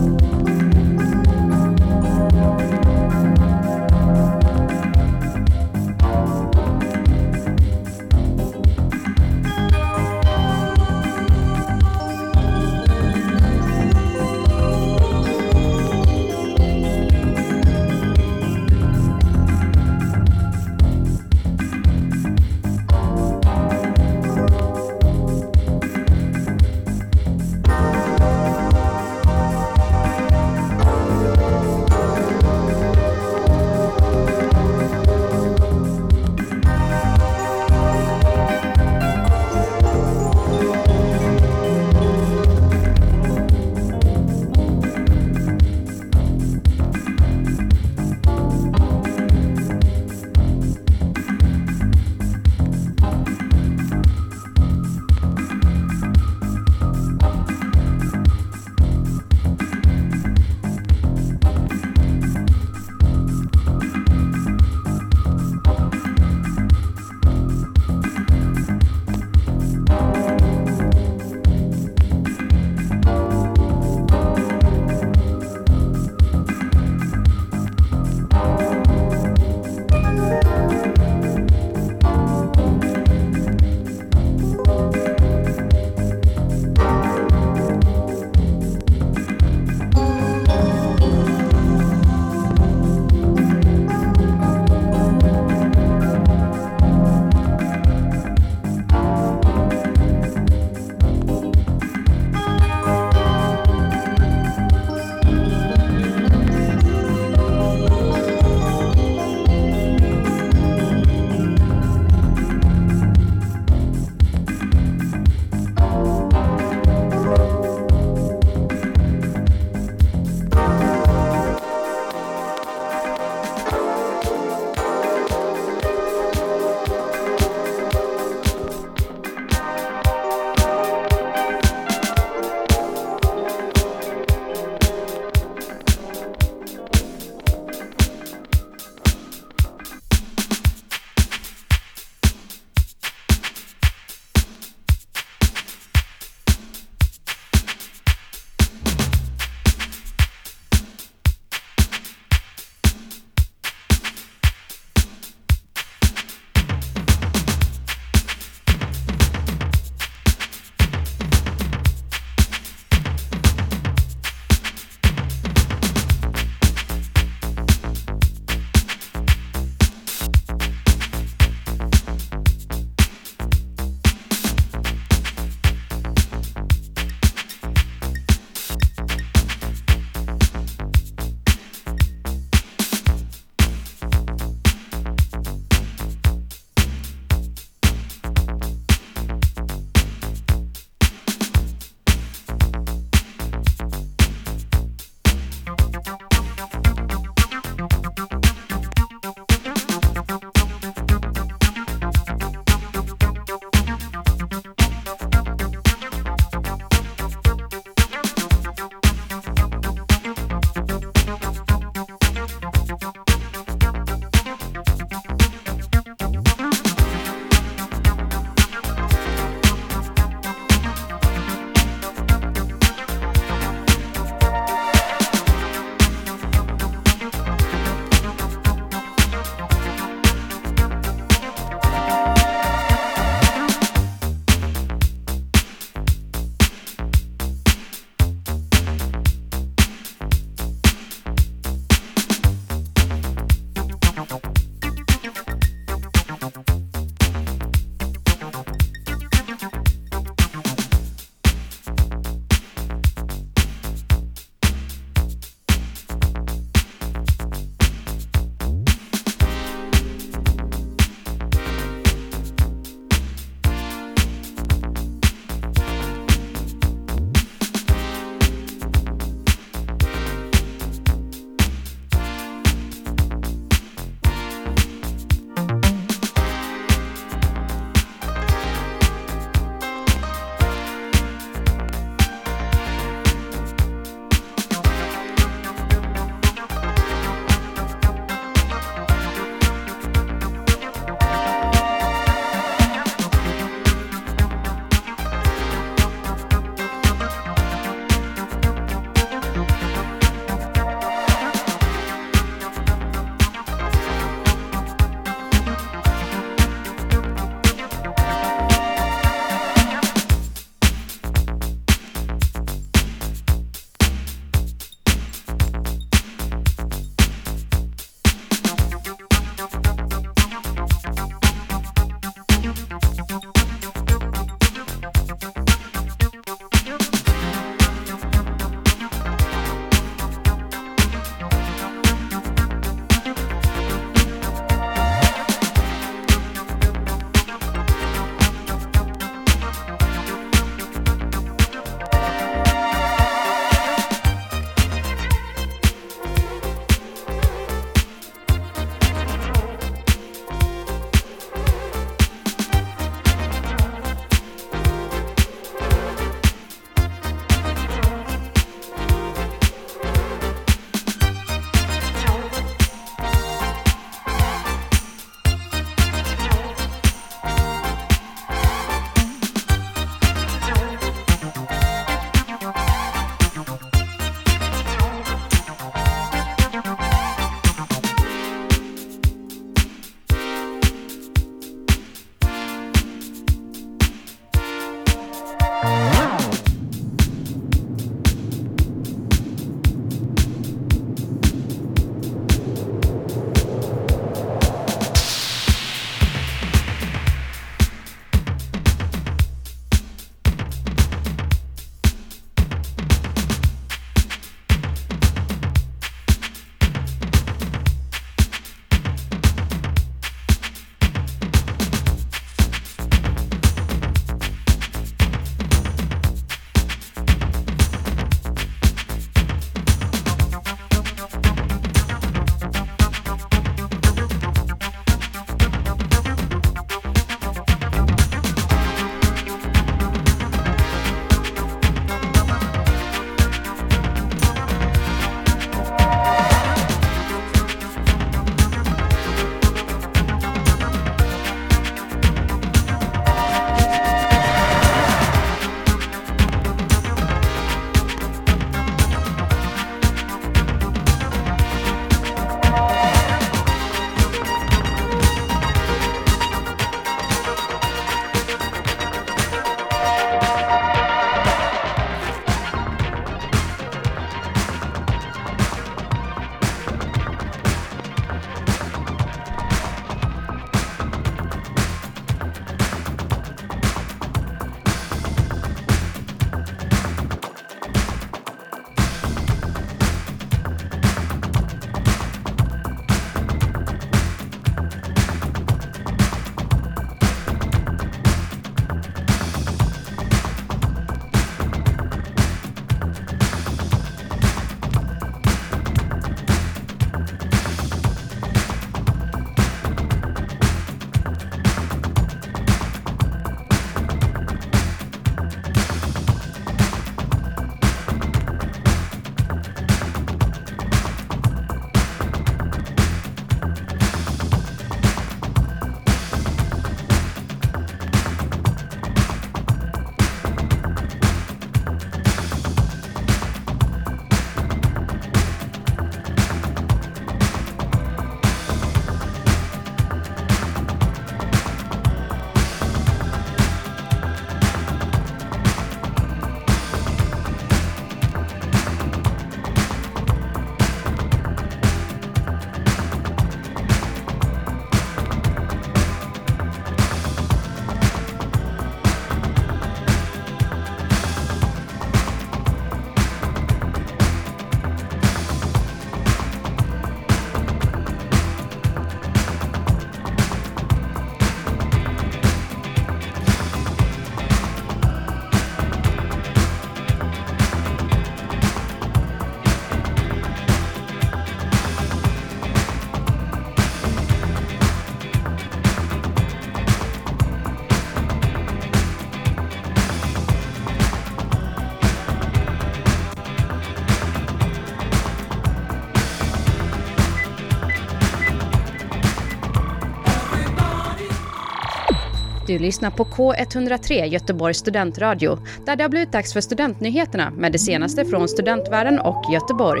Du lyssnar på K ett noll tre Göteborgs studentradio, där det har blivit dags för studentnyheterna med det senaste från studentvärlden och Göteborg.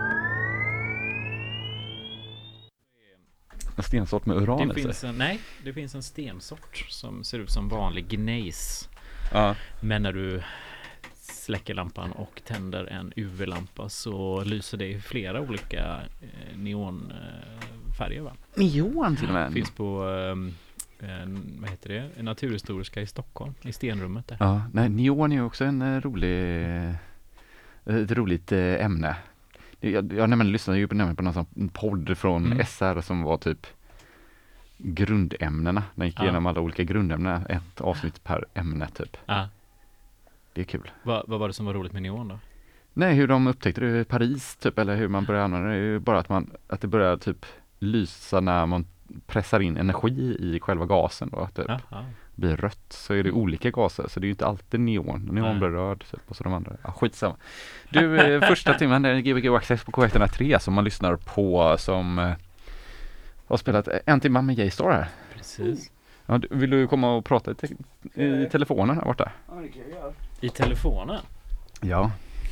En stensort med uran Det i sig. finns en, nej, det finns en stensort som ser ut som vanlig gnejs. Ja. Men när du släcker lampan och tänder en U V-lampa så lyser det i flera olika eh, neonfärger, va? Neon till och med. Finns på eh, en, vad heter det? En naturhistoriska i Stockholm, i stenrummet där. Ja, nej, neon är ju också en eh, rolig, eh, ett roligt eh, ämne. Jag, jag nämligen lyssnade ju på, nämligen på någon sån podd från Mm. S R som var typ grundämnena. Den gick Ja. igenom alla olika grundämnen, ett avsnitt per ämne typ. Ja. Det är kul. Vad, vad var det som var roligt med neon då? Nej, hur de upptäckte det i Paris typ, eller hur man började använda det, är ju bara att man, att det börjar typ lysa när man pressar in energi i själva gasen då, att det Ja, ja. blir rött, så är det olika gaser, så det är ju inte alltid neon. Neon Nej. blir röd typ, och så de andra, ja, skitsamma. Du, eh, första timmen, det är G B G Access på K ett noll tre som man lyssnar på, som eh, har spelat en timme med J-Star här. Precis. Ja, du, vill du komma och prata i, te- i telefonen här borta? Ja, det kan jag göra. I telefonen? Ja.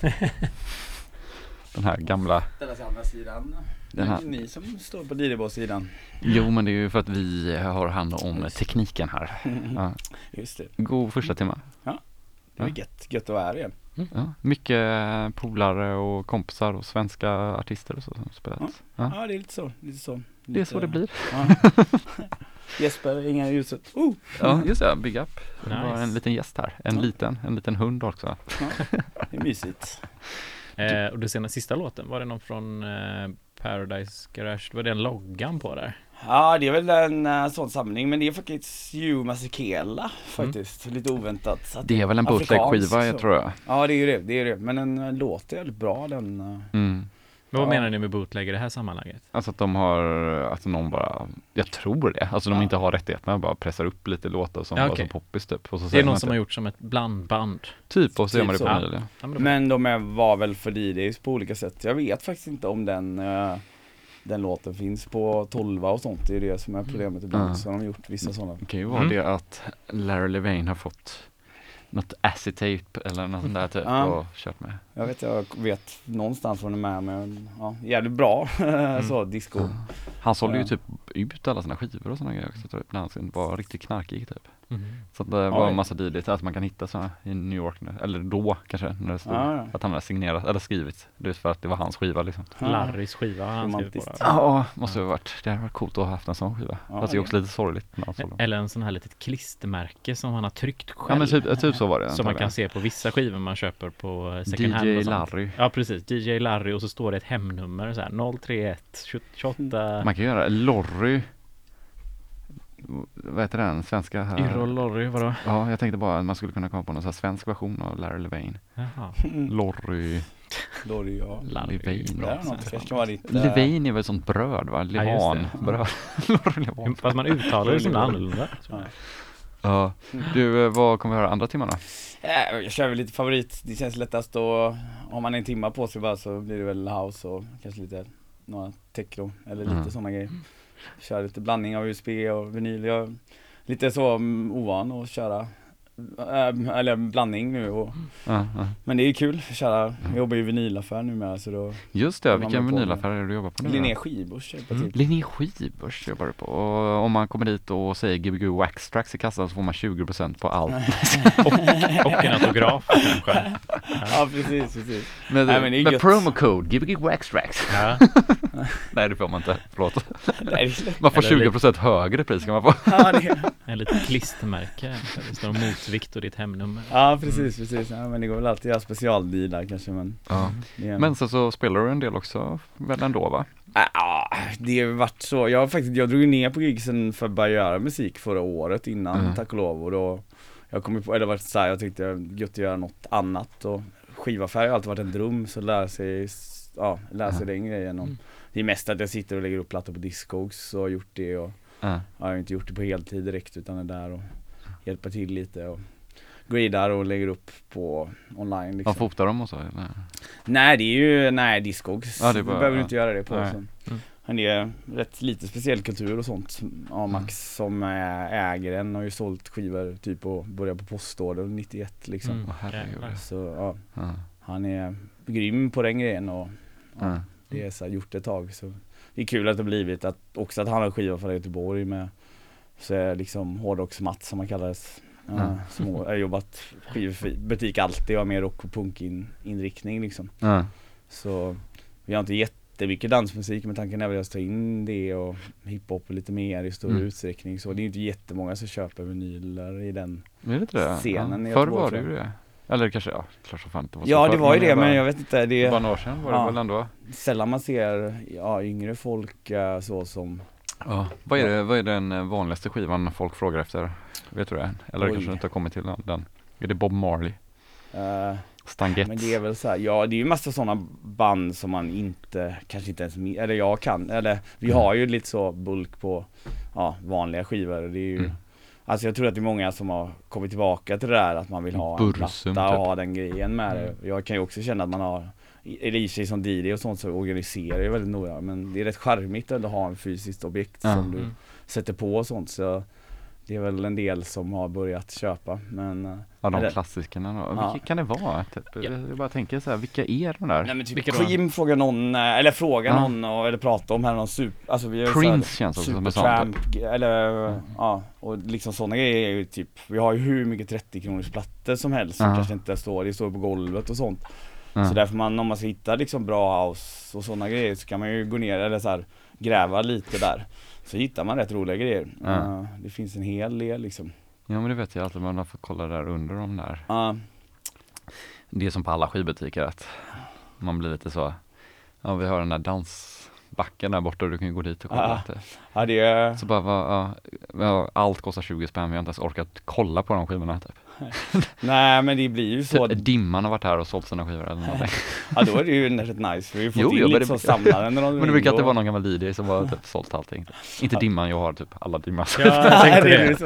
Den här gamla, Ställa sig andra sidan. Den här- Det är ni som står på D J-sidan. jo men det är ju för att vi har hand om tekniken här. Ja. Just det. God första timma. Det är gött, gött att vara igen. Ja, mycket polare och kompisar och svenska artister och så som spelat. Ja. Ja. Ja, det är lite så. Lite så. Det är så det blir. Ja. Jesper, inga i ljuset. Oh. Ja, just det. Big up. Det var Nice. en liten gäst här. En Ja. liten, en liten hund också. Ja, det är mysigt. Eh, och du ser den sista låten, var det någon från eh, Paradise Garage? Var det en loggan på där? Ja, det är väl en uh, sån samling, men det är faktiskt Hugh Masekela faktiskt. Lite oväntat. Så att Det är väl en afrikansk, bootleg-skiva, jag så. tror jag. Ja, det är ju det, det är det. Men den uh, låter väldigt bra, den. Uh. Mm. Men vad Ja. menar ni med bootleg i det här sammanhanget? Alltså att de har, att någon bara, jag tror det. Alltså de Ja. inte har rättigheterna, bara pressar upp lite låtar som Ja, var okej. som poppis typ. Och så Det är säger någon man som inte- har gjort som ett blandband. Typ, och så gör man det Typ på så. vinyl. Ja, men det var- Men de är, var väl för D Js på olika sätt. Jag vet faktiskt inte om den uh, den låten finns på tolva och sånt. Det är det som är problemet ibland. Ja. Så har de gjort vissa sådana. Det kan ju vara Mm. det att Larry Levain har fått något acetate eller något sånt där typ Ja. och kört med. Jag vet, jag vet någonstans var den är med, men ja, jävligt bra så disco. Han sålde ju Ja. typ ut alla sina skivor och sådana grejer också typ, när han var riktigt knarkig typ. Mhm. Så att det var Oj. en massa D Js att man kan hitta sådana i New York nu, eller då kanske när det stod Ja, ja. att han hade signerat eller skrivit, just för att det var hans skiva liksom. Larrys skiva har han skrivit på Romantiskt. det. Ja, måste ha varit. Det hade varit coolt att ha haft en sån skiva. Ja, Fast det är det- också lite sorgligt när han sålde dem. Eller en sån här litet klistermärke som han har tryckt själv. Ja men typ, typ så var det. Som man kan antagligen. se på vissa skivor man köper på eh, second hand D J och sånt. Larry. Ja precis, D J Larry och så står det ett hemnummer så här noll tre ett tjugoåtta Man kan göra Lorry. Vad heter den? Svenska här? Yrrol Lorry, vadå? Ja, jag tänkte bara att man skulle kunna komma på någon sån här svensk version av Larry Levain. Jaha. Lorry Då är det ju, ja. Larry. Levain. Det är något, det kanske kan vara ditt... eh, Levain är väl sånt bröd va? Ja, just Levan det. bröd. Lorry Levan. Fast man uttalar det som annorlunda. Ja. Ja. Du, eh, vad kommer vi höra andra timmarna? Ja, jag kör väl lite favorit, det känns lättast och om man en timma på sig bara så blir det väl house och kanske lite några techno eller lite Mm. sådana grejer. Kör lite blandning av U S B och vinyl. Jag är lite så um, ovan att köra äh, eller blandning nu och, Ja, ja. men det är kul att köra. Jag jobbar ju i vinylaffär nu med så då Just det, Man vilken är på vinylaffär är det du jobbar på nu då? Linné Skivbörs hjälper Mm. till. Linné Skivbörs jobbar du på. Och om man kommer dit och säger G B G Wax Tracks i kassan så får man tjugo procent på allt. Och en autograf kanske. Ja precis, precis. Med, Nej, men det är med gött. promo code G B G Wax Tracks. Ja. Nej det får man inte, förlåt. Nej, det är- Man får Eller tjugo lite- procent högre pris kan man få. ja, det, En liten klistermärke där det står motvikt och ditt hemnummer. ja precis, precis. Ja, men det går väl alltid att göra specialdealar kanske men Ja. det är- Men så, så spelar du en del också väl ändå va? Ja, det har varit så. Jag har faktiskt, jag drog ju ner på gigsen för att börja göra musik förra året innan, Mm. tack och lov. Och då, jag kom ju på, eller det var så här, jag tyckte jag gött att göra något annat. Och skivaffär har alltid varit en dröm, så lära sig, ja, lära sig den grejen. Och det är mest att jag sitter och lägger upp plattor på Discogs och har gjort det. Och Ja. ja, jag har inte gjort det på heltid direkt utan är där och hjälper till lite. Och gradar och lägger upp på online liksom. Man fotar dem och så? Eller? Nej det är ju, nej Discogs, Ja, det är bara- behöver du ja. inte göra det på. Nej. Så. Mm. Han är rätt lite speciell kultur och sånt. Ja, Max som är, äger den har ju sålt skivor typ och började på postorder nittioett liksom. Mm. Åh, herregud. Jävlar. Så ja, Ja. han är grym på den grejen och ja, Ja. det är så här, gjort ett tag så det är kul att det blivit att också att han har skiva från Göteborg med så är liksom hårdrocksmatt som man kallades. Ja, Ja. som har jobbat skivbutik alltid och har mer rock och punk in, inriktning liksom. Ja. Så vi har inte jättemycket dansmusik men tanken är väl att ta in det och hiphop lite mer i större Mm. utsträckning så det är ju inte jättemånga som köper vinyler i den. Är det inte det? Scenen i ja. Förr Göteborg, var det tror ju jag. det. Eller kanske, ja, klart som fan inte var så Ja förr, det var ju det bara- men jag vet inte det Bara är några år sedan var Ja. det väl ändå. sällan man ser ja, yngre folk eh, så som Ja. Vad är det, vad är den eh, vanligaste skivan folk frågar efter? Vet du det? Eller Oj. kanske inte har kommit till den. Är det Bob Marley? eh, Stan Getz? men det är väl så här, ja det är ju massa sådana band som man inte, kanske inte ens, min- eller jag kan, eller vi Mm. har ju lite så bulk på ja, vanliga skivor det är ju Mm. Alltså jag tror att det är många som har kommit tillbaka till det där att man vill ha en Bursum, platta och typ. ha den grejen med det. Jag kan ju också känna att man har, eller i sig som D J och sånt så organiserar jag väldigt noga men det är rätt charmigt att ha en fysiskt objekt Ja. som du Mm. sätter på och sånt så det är väl en del som har börjat köpa men eh, Ja, de eller- klassikerna då. Ja. Vilka kan det vara? Typ? Ja. Jag bara tänker så här, vilka är de där? Nej men typ Vilka då? Cream frågar någon, eh, eller frågar Ja. någon och, eller pratar om här någon super, alltså vi har ju Prince så känns också här som en sån Supertramp, typ. eller Mm. ja, och liksom sådana grejer är ju typ, vi har ju hur mycket trettio kronors plattor som helst som Ja. kanske inte står, det står på golvet och sånt. Ja. Så därför man, om man ska hitta liksom bra house och sådana grejer så kan man ju gå ner eller så här gräva lite där. Så hittar man rätt roliga grejer. Ja. Uh, det finns en hel del liksom. Ja men det vet jag alltid, man har fått kolla där under de där. Uh, Det är som på alla skivbutiker att man blir lite så, ja vi har den där dansbacken där borta och du kan ju gå dit och kolla Ja. lite. ja det är, Så bara, va, ja, ja, allt kostar tjugo spänn, vi har inte ens orkat kolla på de skivorna typ. nej men det blir ju så. Typ Dimman har varit här och sålt sina skivor eller någonting. Ja då är det ju rätt nice, vi har ju fått Jo, in jo, men lite det- så samlaren. Men det brukar alltid vara någon gammal D J som har typ sålt allting. Inte Dimman, jag har typ alla Dimman. Ja, jag tänkte det är det. så.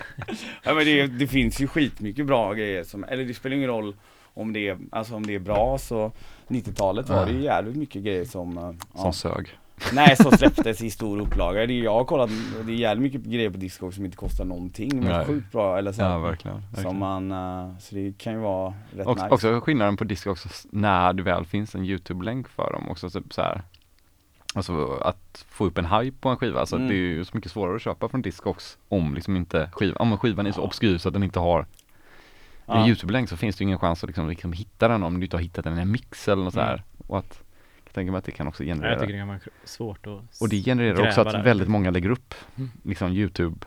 Ja men det, det finns ju skitmycket bra grejer som, eller det spelar ingen roll om det är, alltså om det är bra så nittiotalet var det ju jävligt mycket grejer som eh, ja. Som sög. Nej, som släpptes i stor upplaga. Det är, jag har kollat, det är jävligt mycket grejer på Discog som inte kostar någonting men Nej. sjukt bra eller så, Ja verkligen. verkligen. som man, eh, så det kan ju vara rätt Och, nice. Också skillnaden på disc också s- när det väl finns en YouTube-länk för dem också typ så här. Alltså att få upp en hype på en skiva, så Mm. att det är ju så mycket svårare att köpa från Discogs om liksom inte skivan, om skivan är så Ja. obskyr så att den inte har Ja. en YouTube-länk, så finns det ju ingen chans att liksom, liksom hitta den om du inte har hittat den i en mix eller något så här. Mm. Och att, jag tänker mig att det kan också Ja, generera. jag tycker det kan vara svårt att Och det genererar gräva också att där. väldigt många lägger upp Mm. liksom YouTube,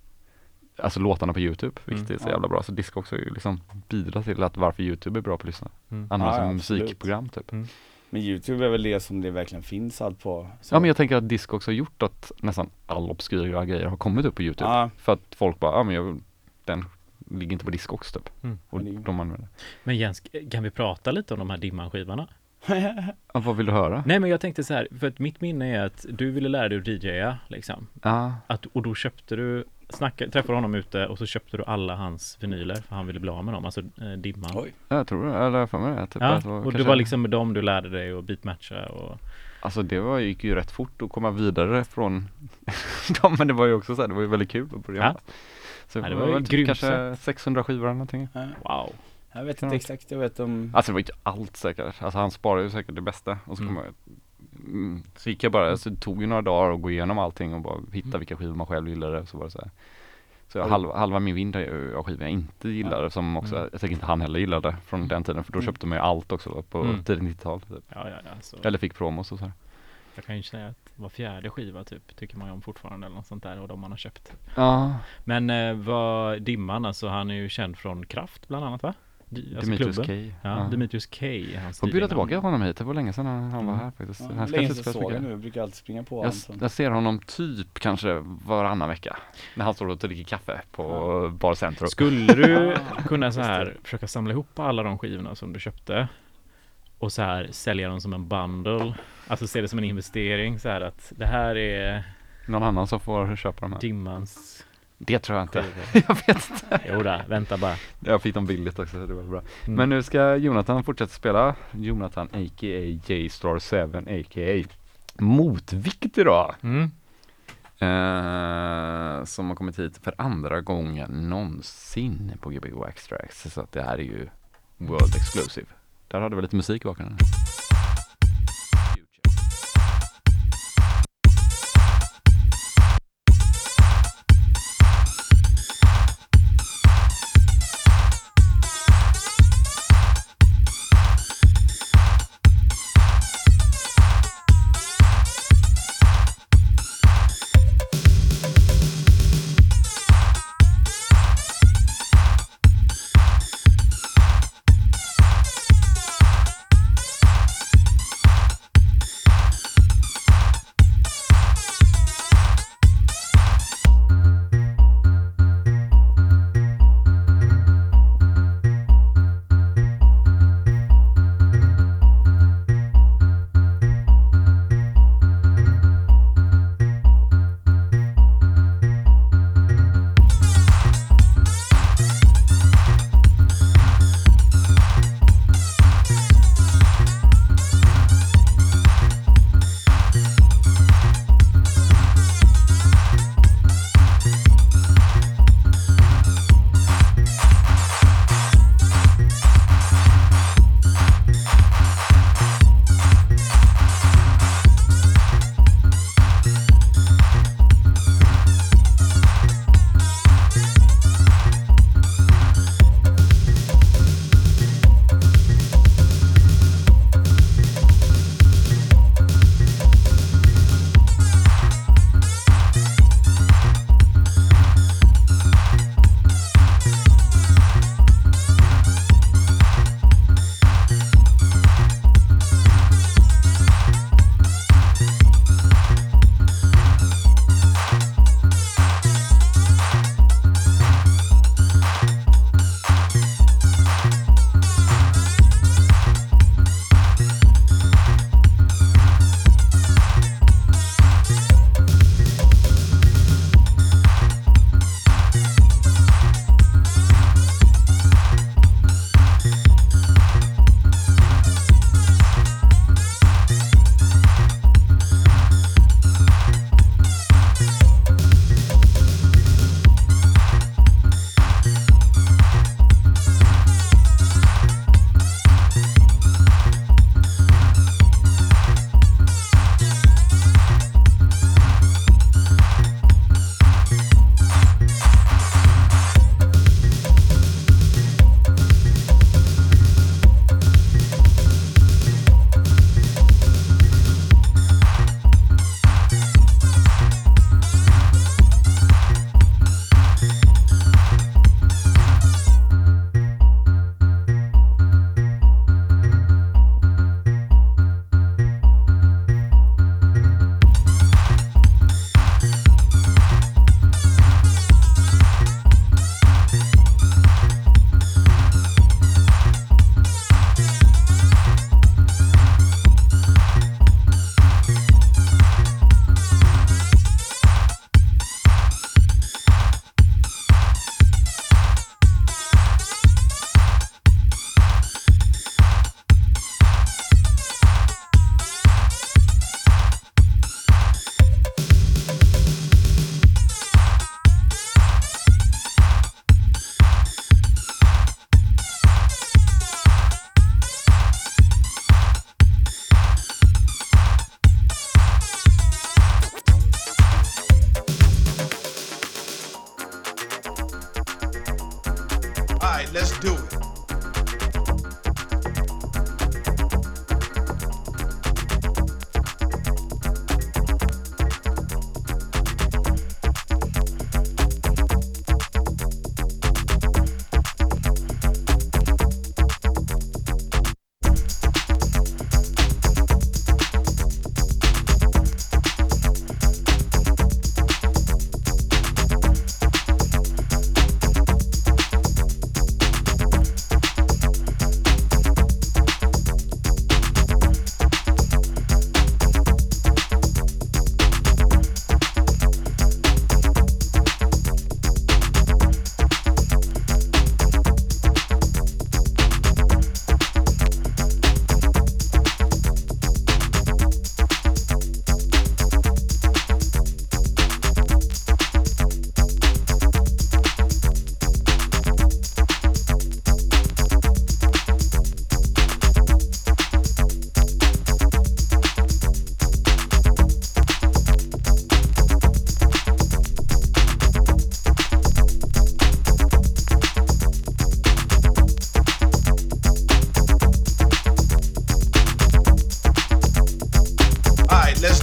alltså låtarna på YouTube, vilket Mm. är så Ja. jävla bra. Så Discogs också ju liksom bidrar till att varför YouTube är bra på att lyssna. Mm. Användas Ja, som ja, absolut. musikprogram typ. Men YouTube är väl det som det verkligen finns allt på. Så. Ja men jag tänker att Discogs har gjort att nästan all obskyra grejer har kommit upp på YouTube. Ja. För att folk bara, ja men jag, den ligger inte på Discogs typ. Mm. Och Men det- de använder det. Men Jens, kan vi prata lite om de här Dimman-skivorna? Ja, vad vill du höra? Nej men jag tänkte så här, för att mitt minne är att du ville lära dig att D J-a liksom. Ja, Att, och då köpte du, snacka, träffade honom ute och så köpte du alla hans vinyler för han ville bli av med dem, alltså eh, Dimman. Oj. jag tror det, eller för mig det. Typ, Ja, alltså, och det kanske- var liksom med dem du lärde dig att beatmatcha och... Alltså det var, gick ju rätt fort att komma vidare från dem, men det var ju också så här, det var ju väldigt kul att börja Ja. med. Så Ja, det det var, var ju väl typ grymt kanske sexhundra skivor eller någonting. Wow. Jag vet Ja. inte exakt, jag vet om... Alltså det var inte allt säkert, alltså han sparade ju säkert det bästa. Och så, Mm. kom jag, mm, så gick jag bara, så det tog ju några dagar att gå igenom allting och bara hitta Mm. vilka skivor man själv gillade. Så var det så här. Så jag, Oj. halva, halva min vind av skivor jag inte gillade, som också, Mm. jag tänker inte han heller gillade från den tiden, för då Mm. köpte man ju allt också på Mm. tidigt nittiotal typ. Ja, ja, ja. Så Eller fick promos och så här. jag kan ju säga att var fjärde skiva typ tycker man ju om fortfarande eller något sånt där och de man har köpt. Ja, Men eh, vad Dimman, alltså han är ju känd från Kraft bland annat va? D- alltså Demetrius klubben. K. Ja, Demetrius K är hans Får bjuda D J-namn. tillbaka honom hit, det var länge sedan han, han var Mm. här faktiskt. Ja, Han ska länge inte sedan spela så såg jag mycket. nu, jag brukar alltid springa på Jag, honom. s- jag ser honom typ kanske varannan vecka när han står och dricker kaffe på Bar Centrum. Skulle du Ah, kunna så just här det. försöka samla ihop alla de skivorna som du köpte och så här sälja dem som en bundle, alltså se det som en investering så här att det här är Någon annan som får köpa de här. Dimmans Det tror jag inte. skivor. Jag vet inte. Jo då, vänta bara. Jag fick dem billigt också, så det var bra. Mm. Men nu ska Jonathan fortsätta spela. Jonathan a k a J-Star seven a k a Motvikt idag. Mm. Eh, som har kommit hit för andra gången någonsin på G B G Extracts. Så att det här är ju World Exclusive. Där hade vi lite musik i bakgrunden.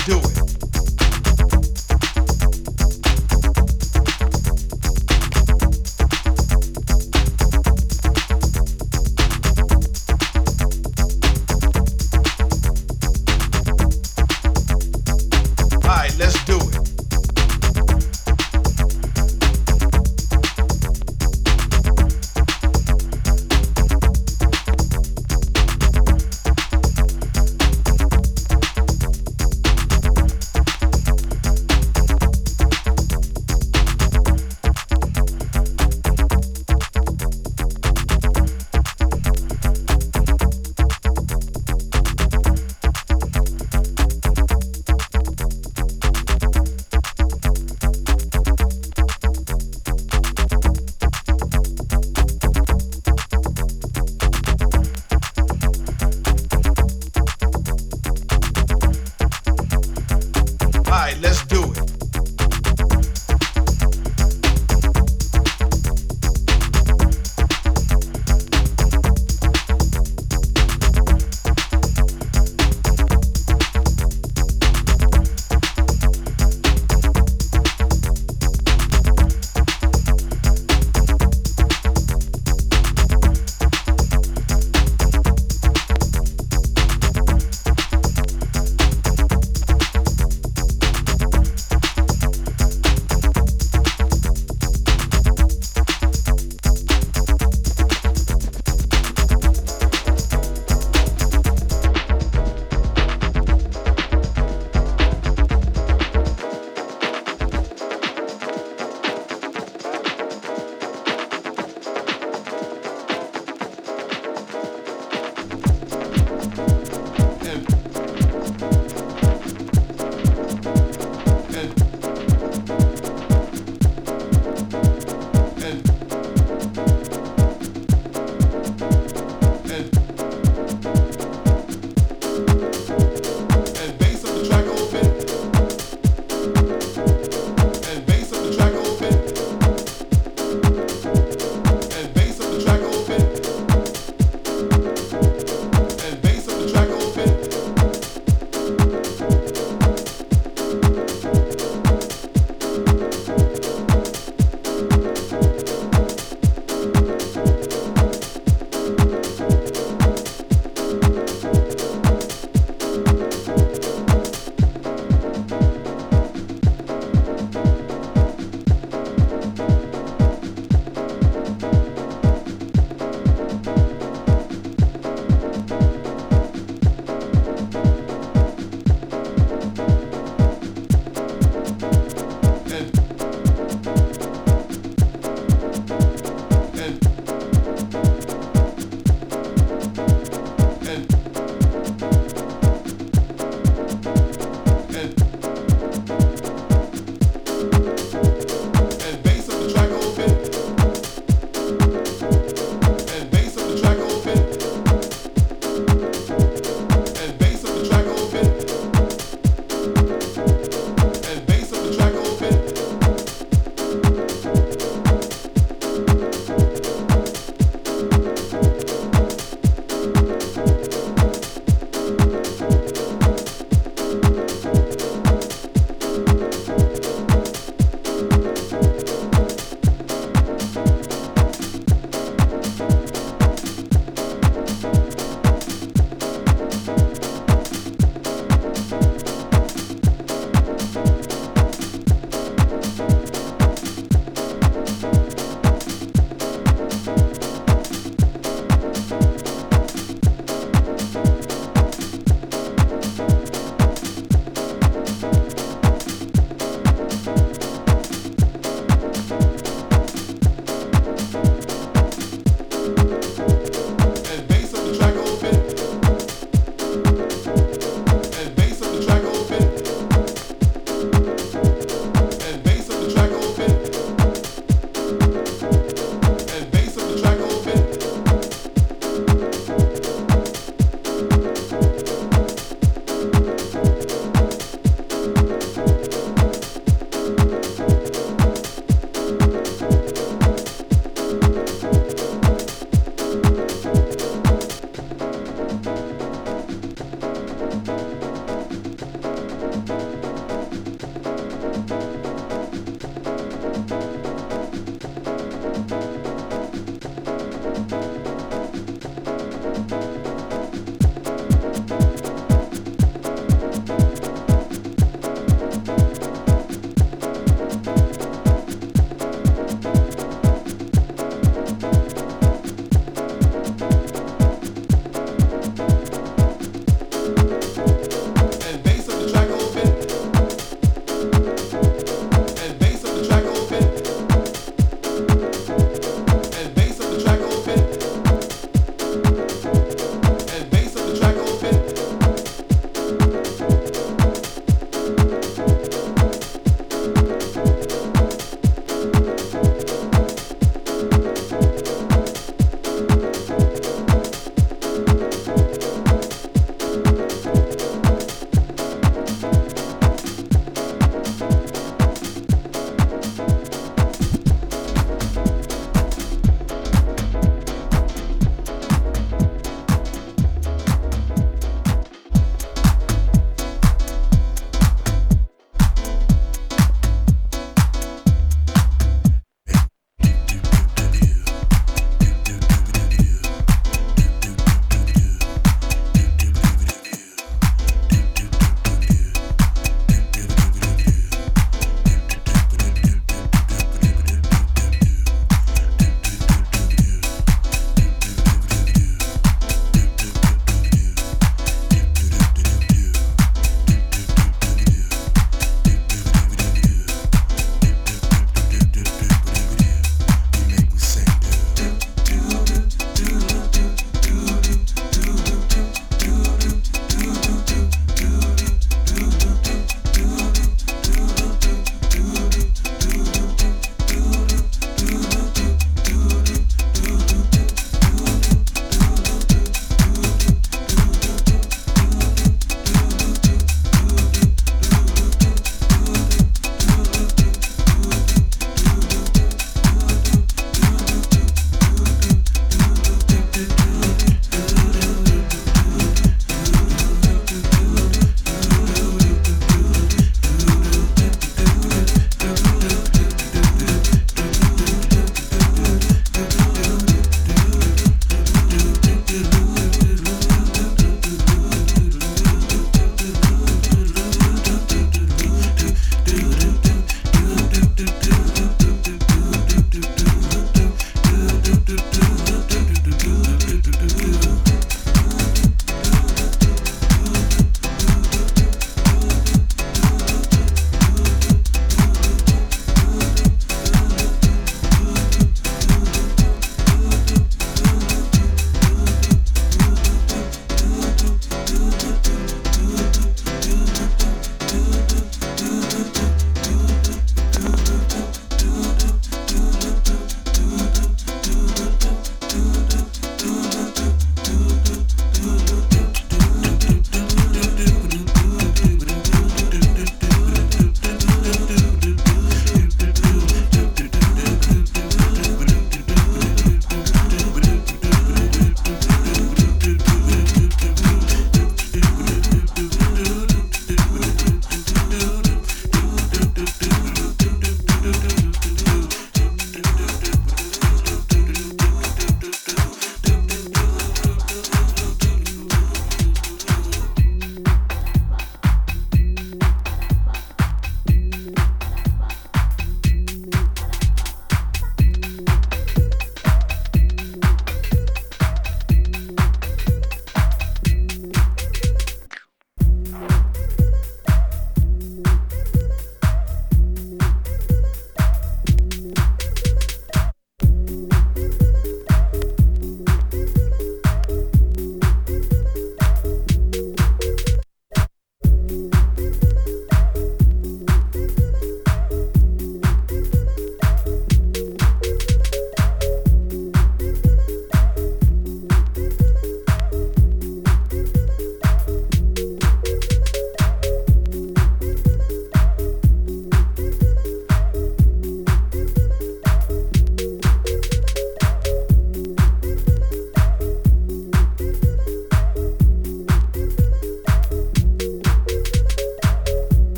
let's do it. Alright, let's do it. Alright, let's do it.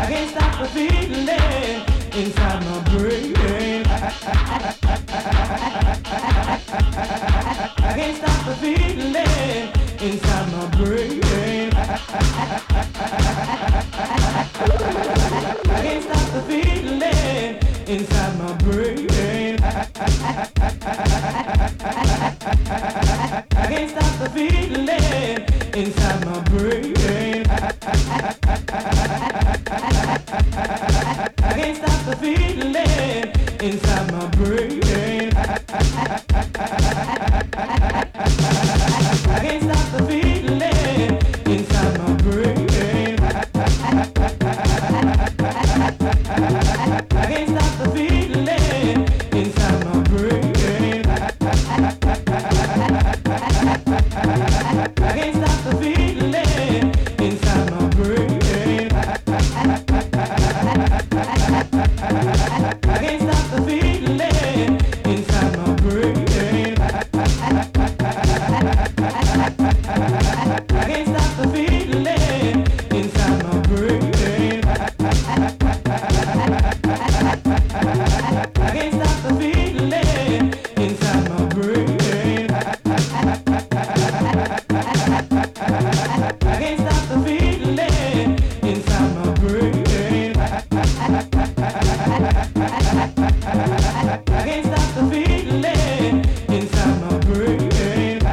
I can't stop the feeling inside my brain. I can't stop the feeling inside my brain. I can't stop the feeling inside my brain. I can't stop the feeling inside my brain. I can't stop the feeling inside my brain. I can't stop the feeling inside my brain. I can't stop the feeling inside my brain. I can't stop the feeling inside my brain. I can't stop the feeling inside my brain. I can't stop the feeling inside my brain. I can't stop the feeling inside my brain. I can't stop the feeling inside my brain. I can't stop the feeling inside my brain.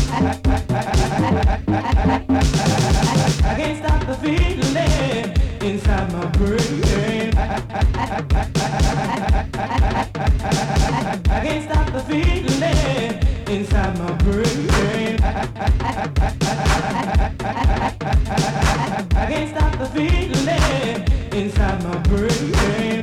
I can't stop the feeling inside my brain. I can't stop the feeling inside my brain. I can't stop the feeling inside my brain.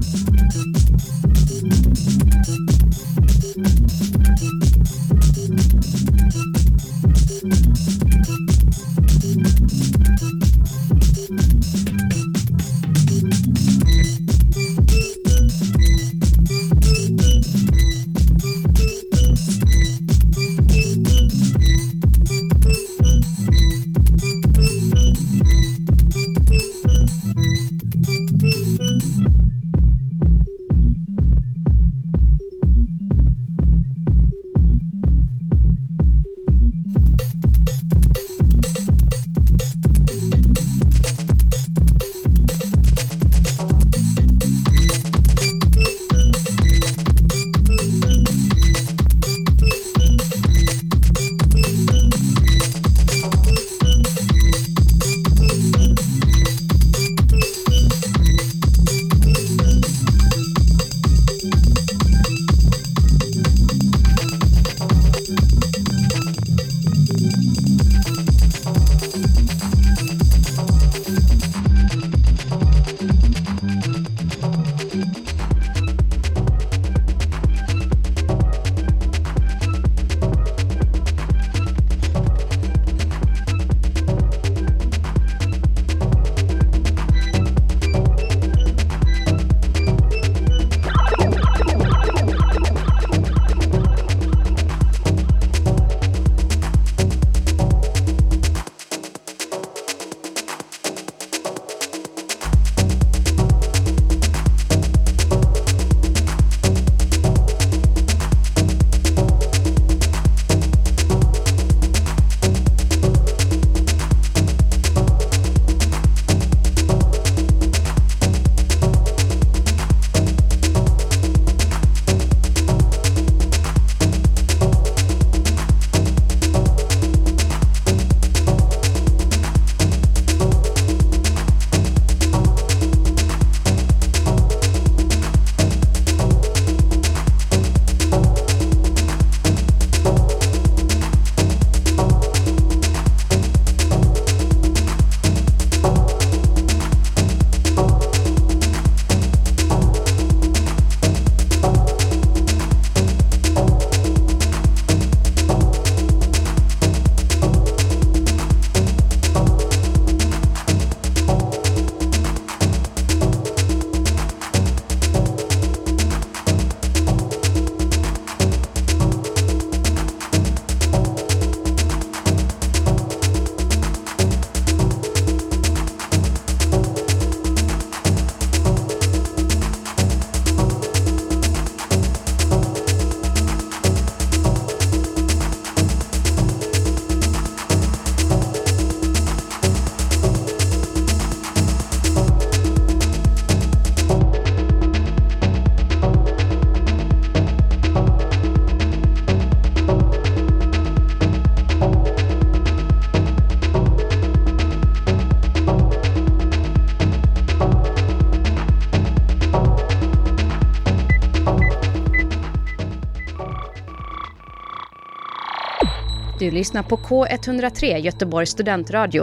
Du lyssnar på K ett noll tre Göteborgs studentradio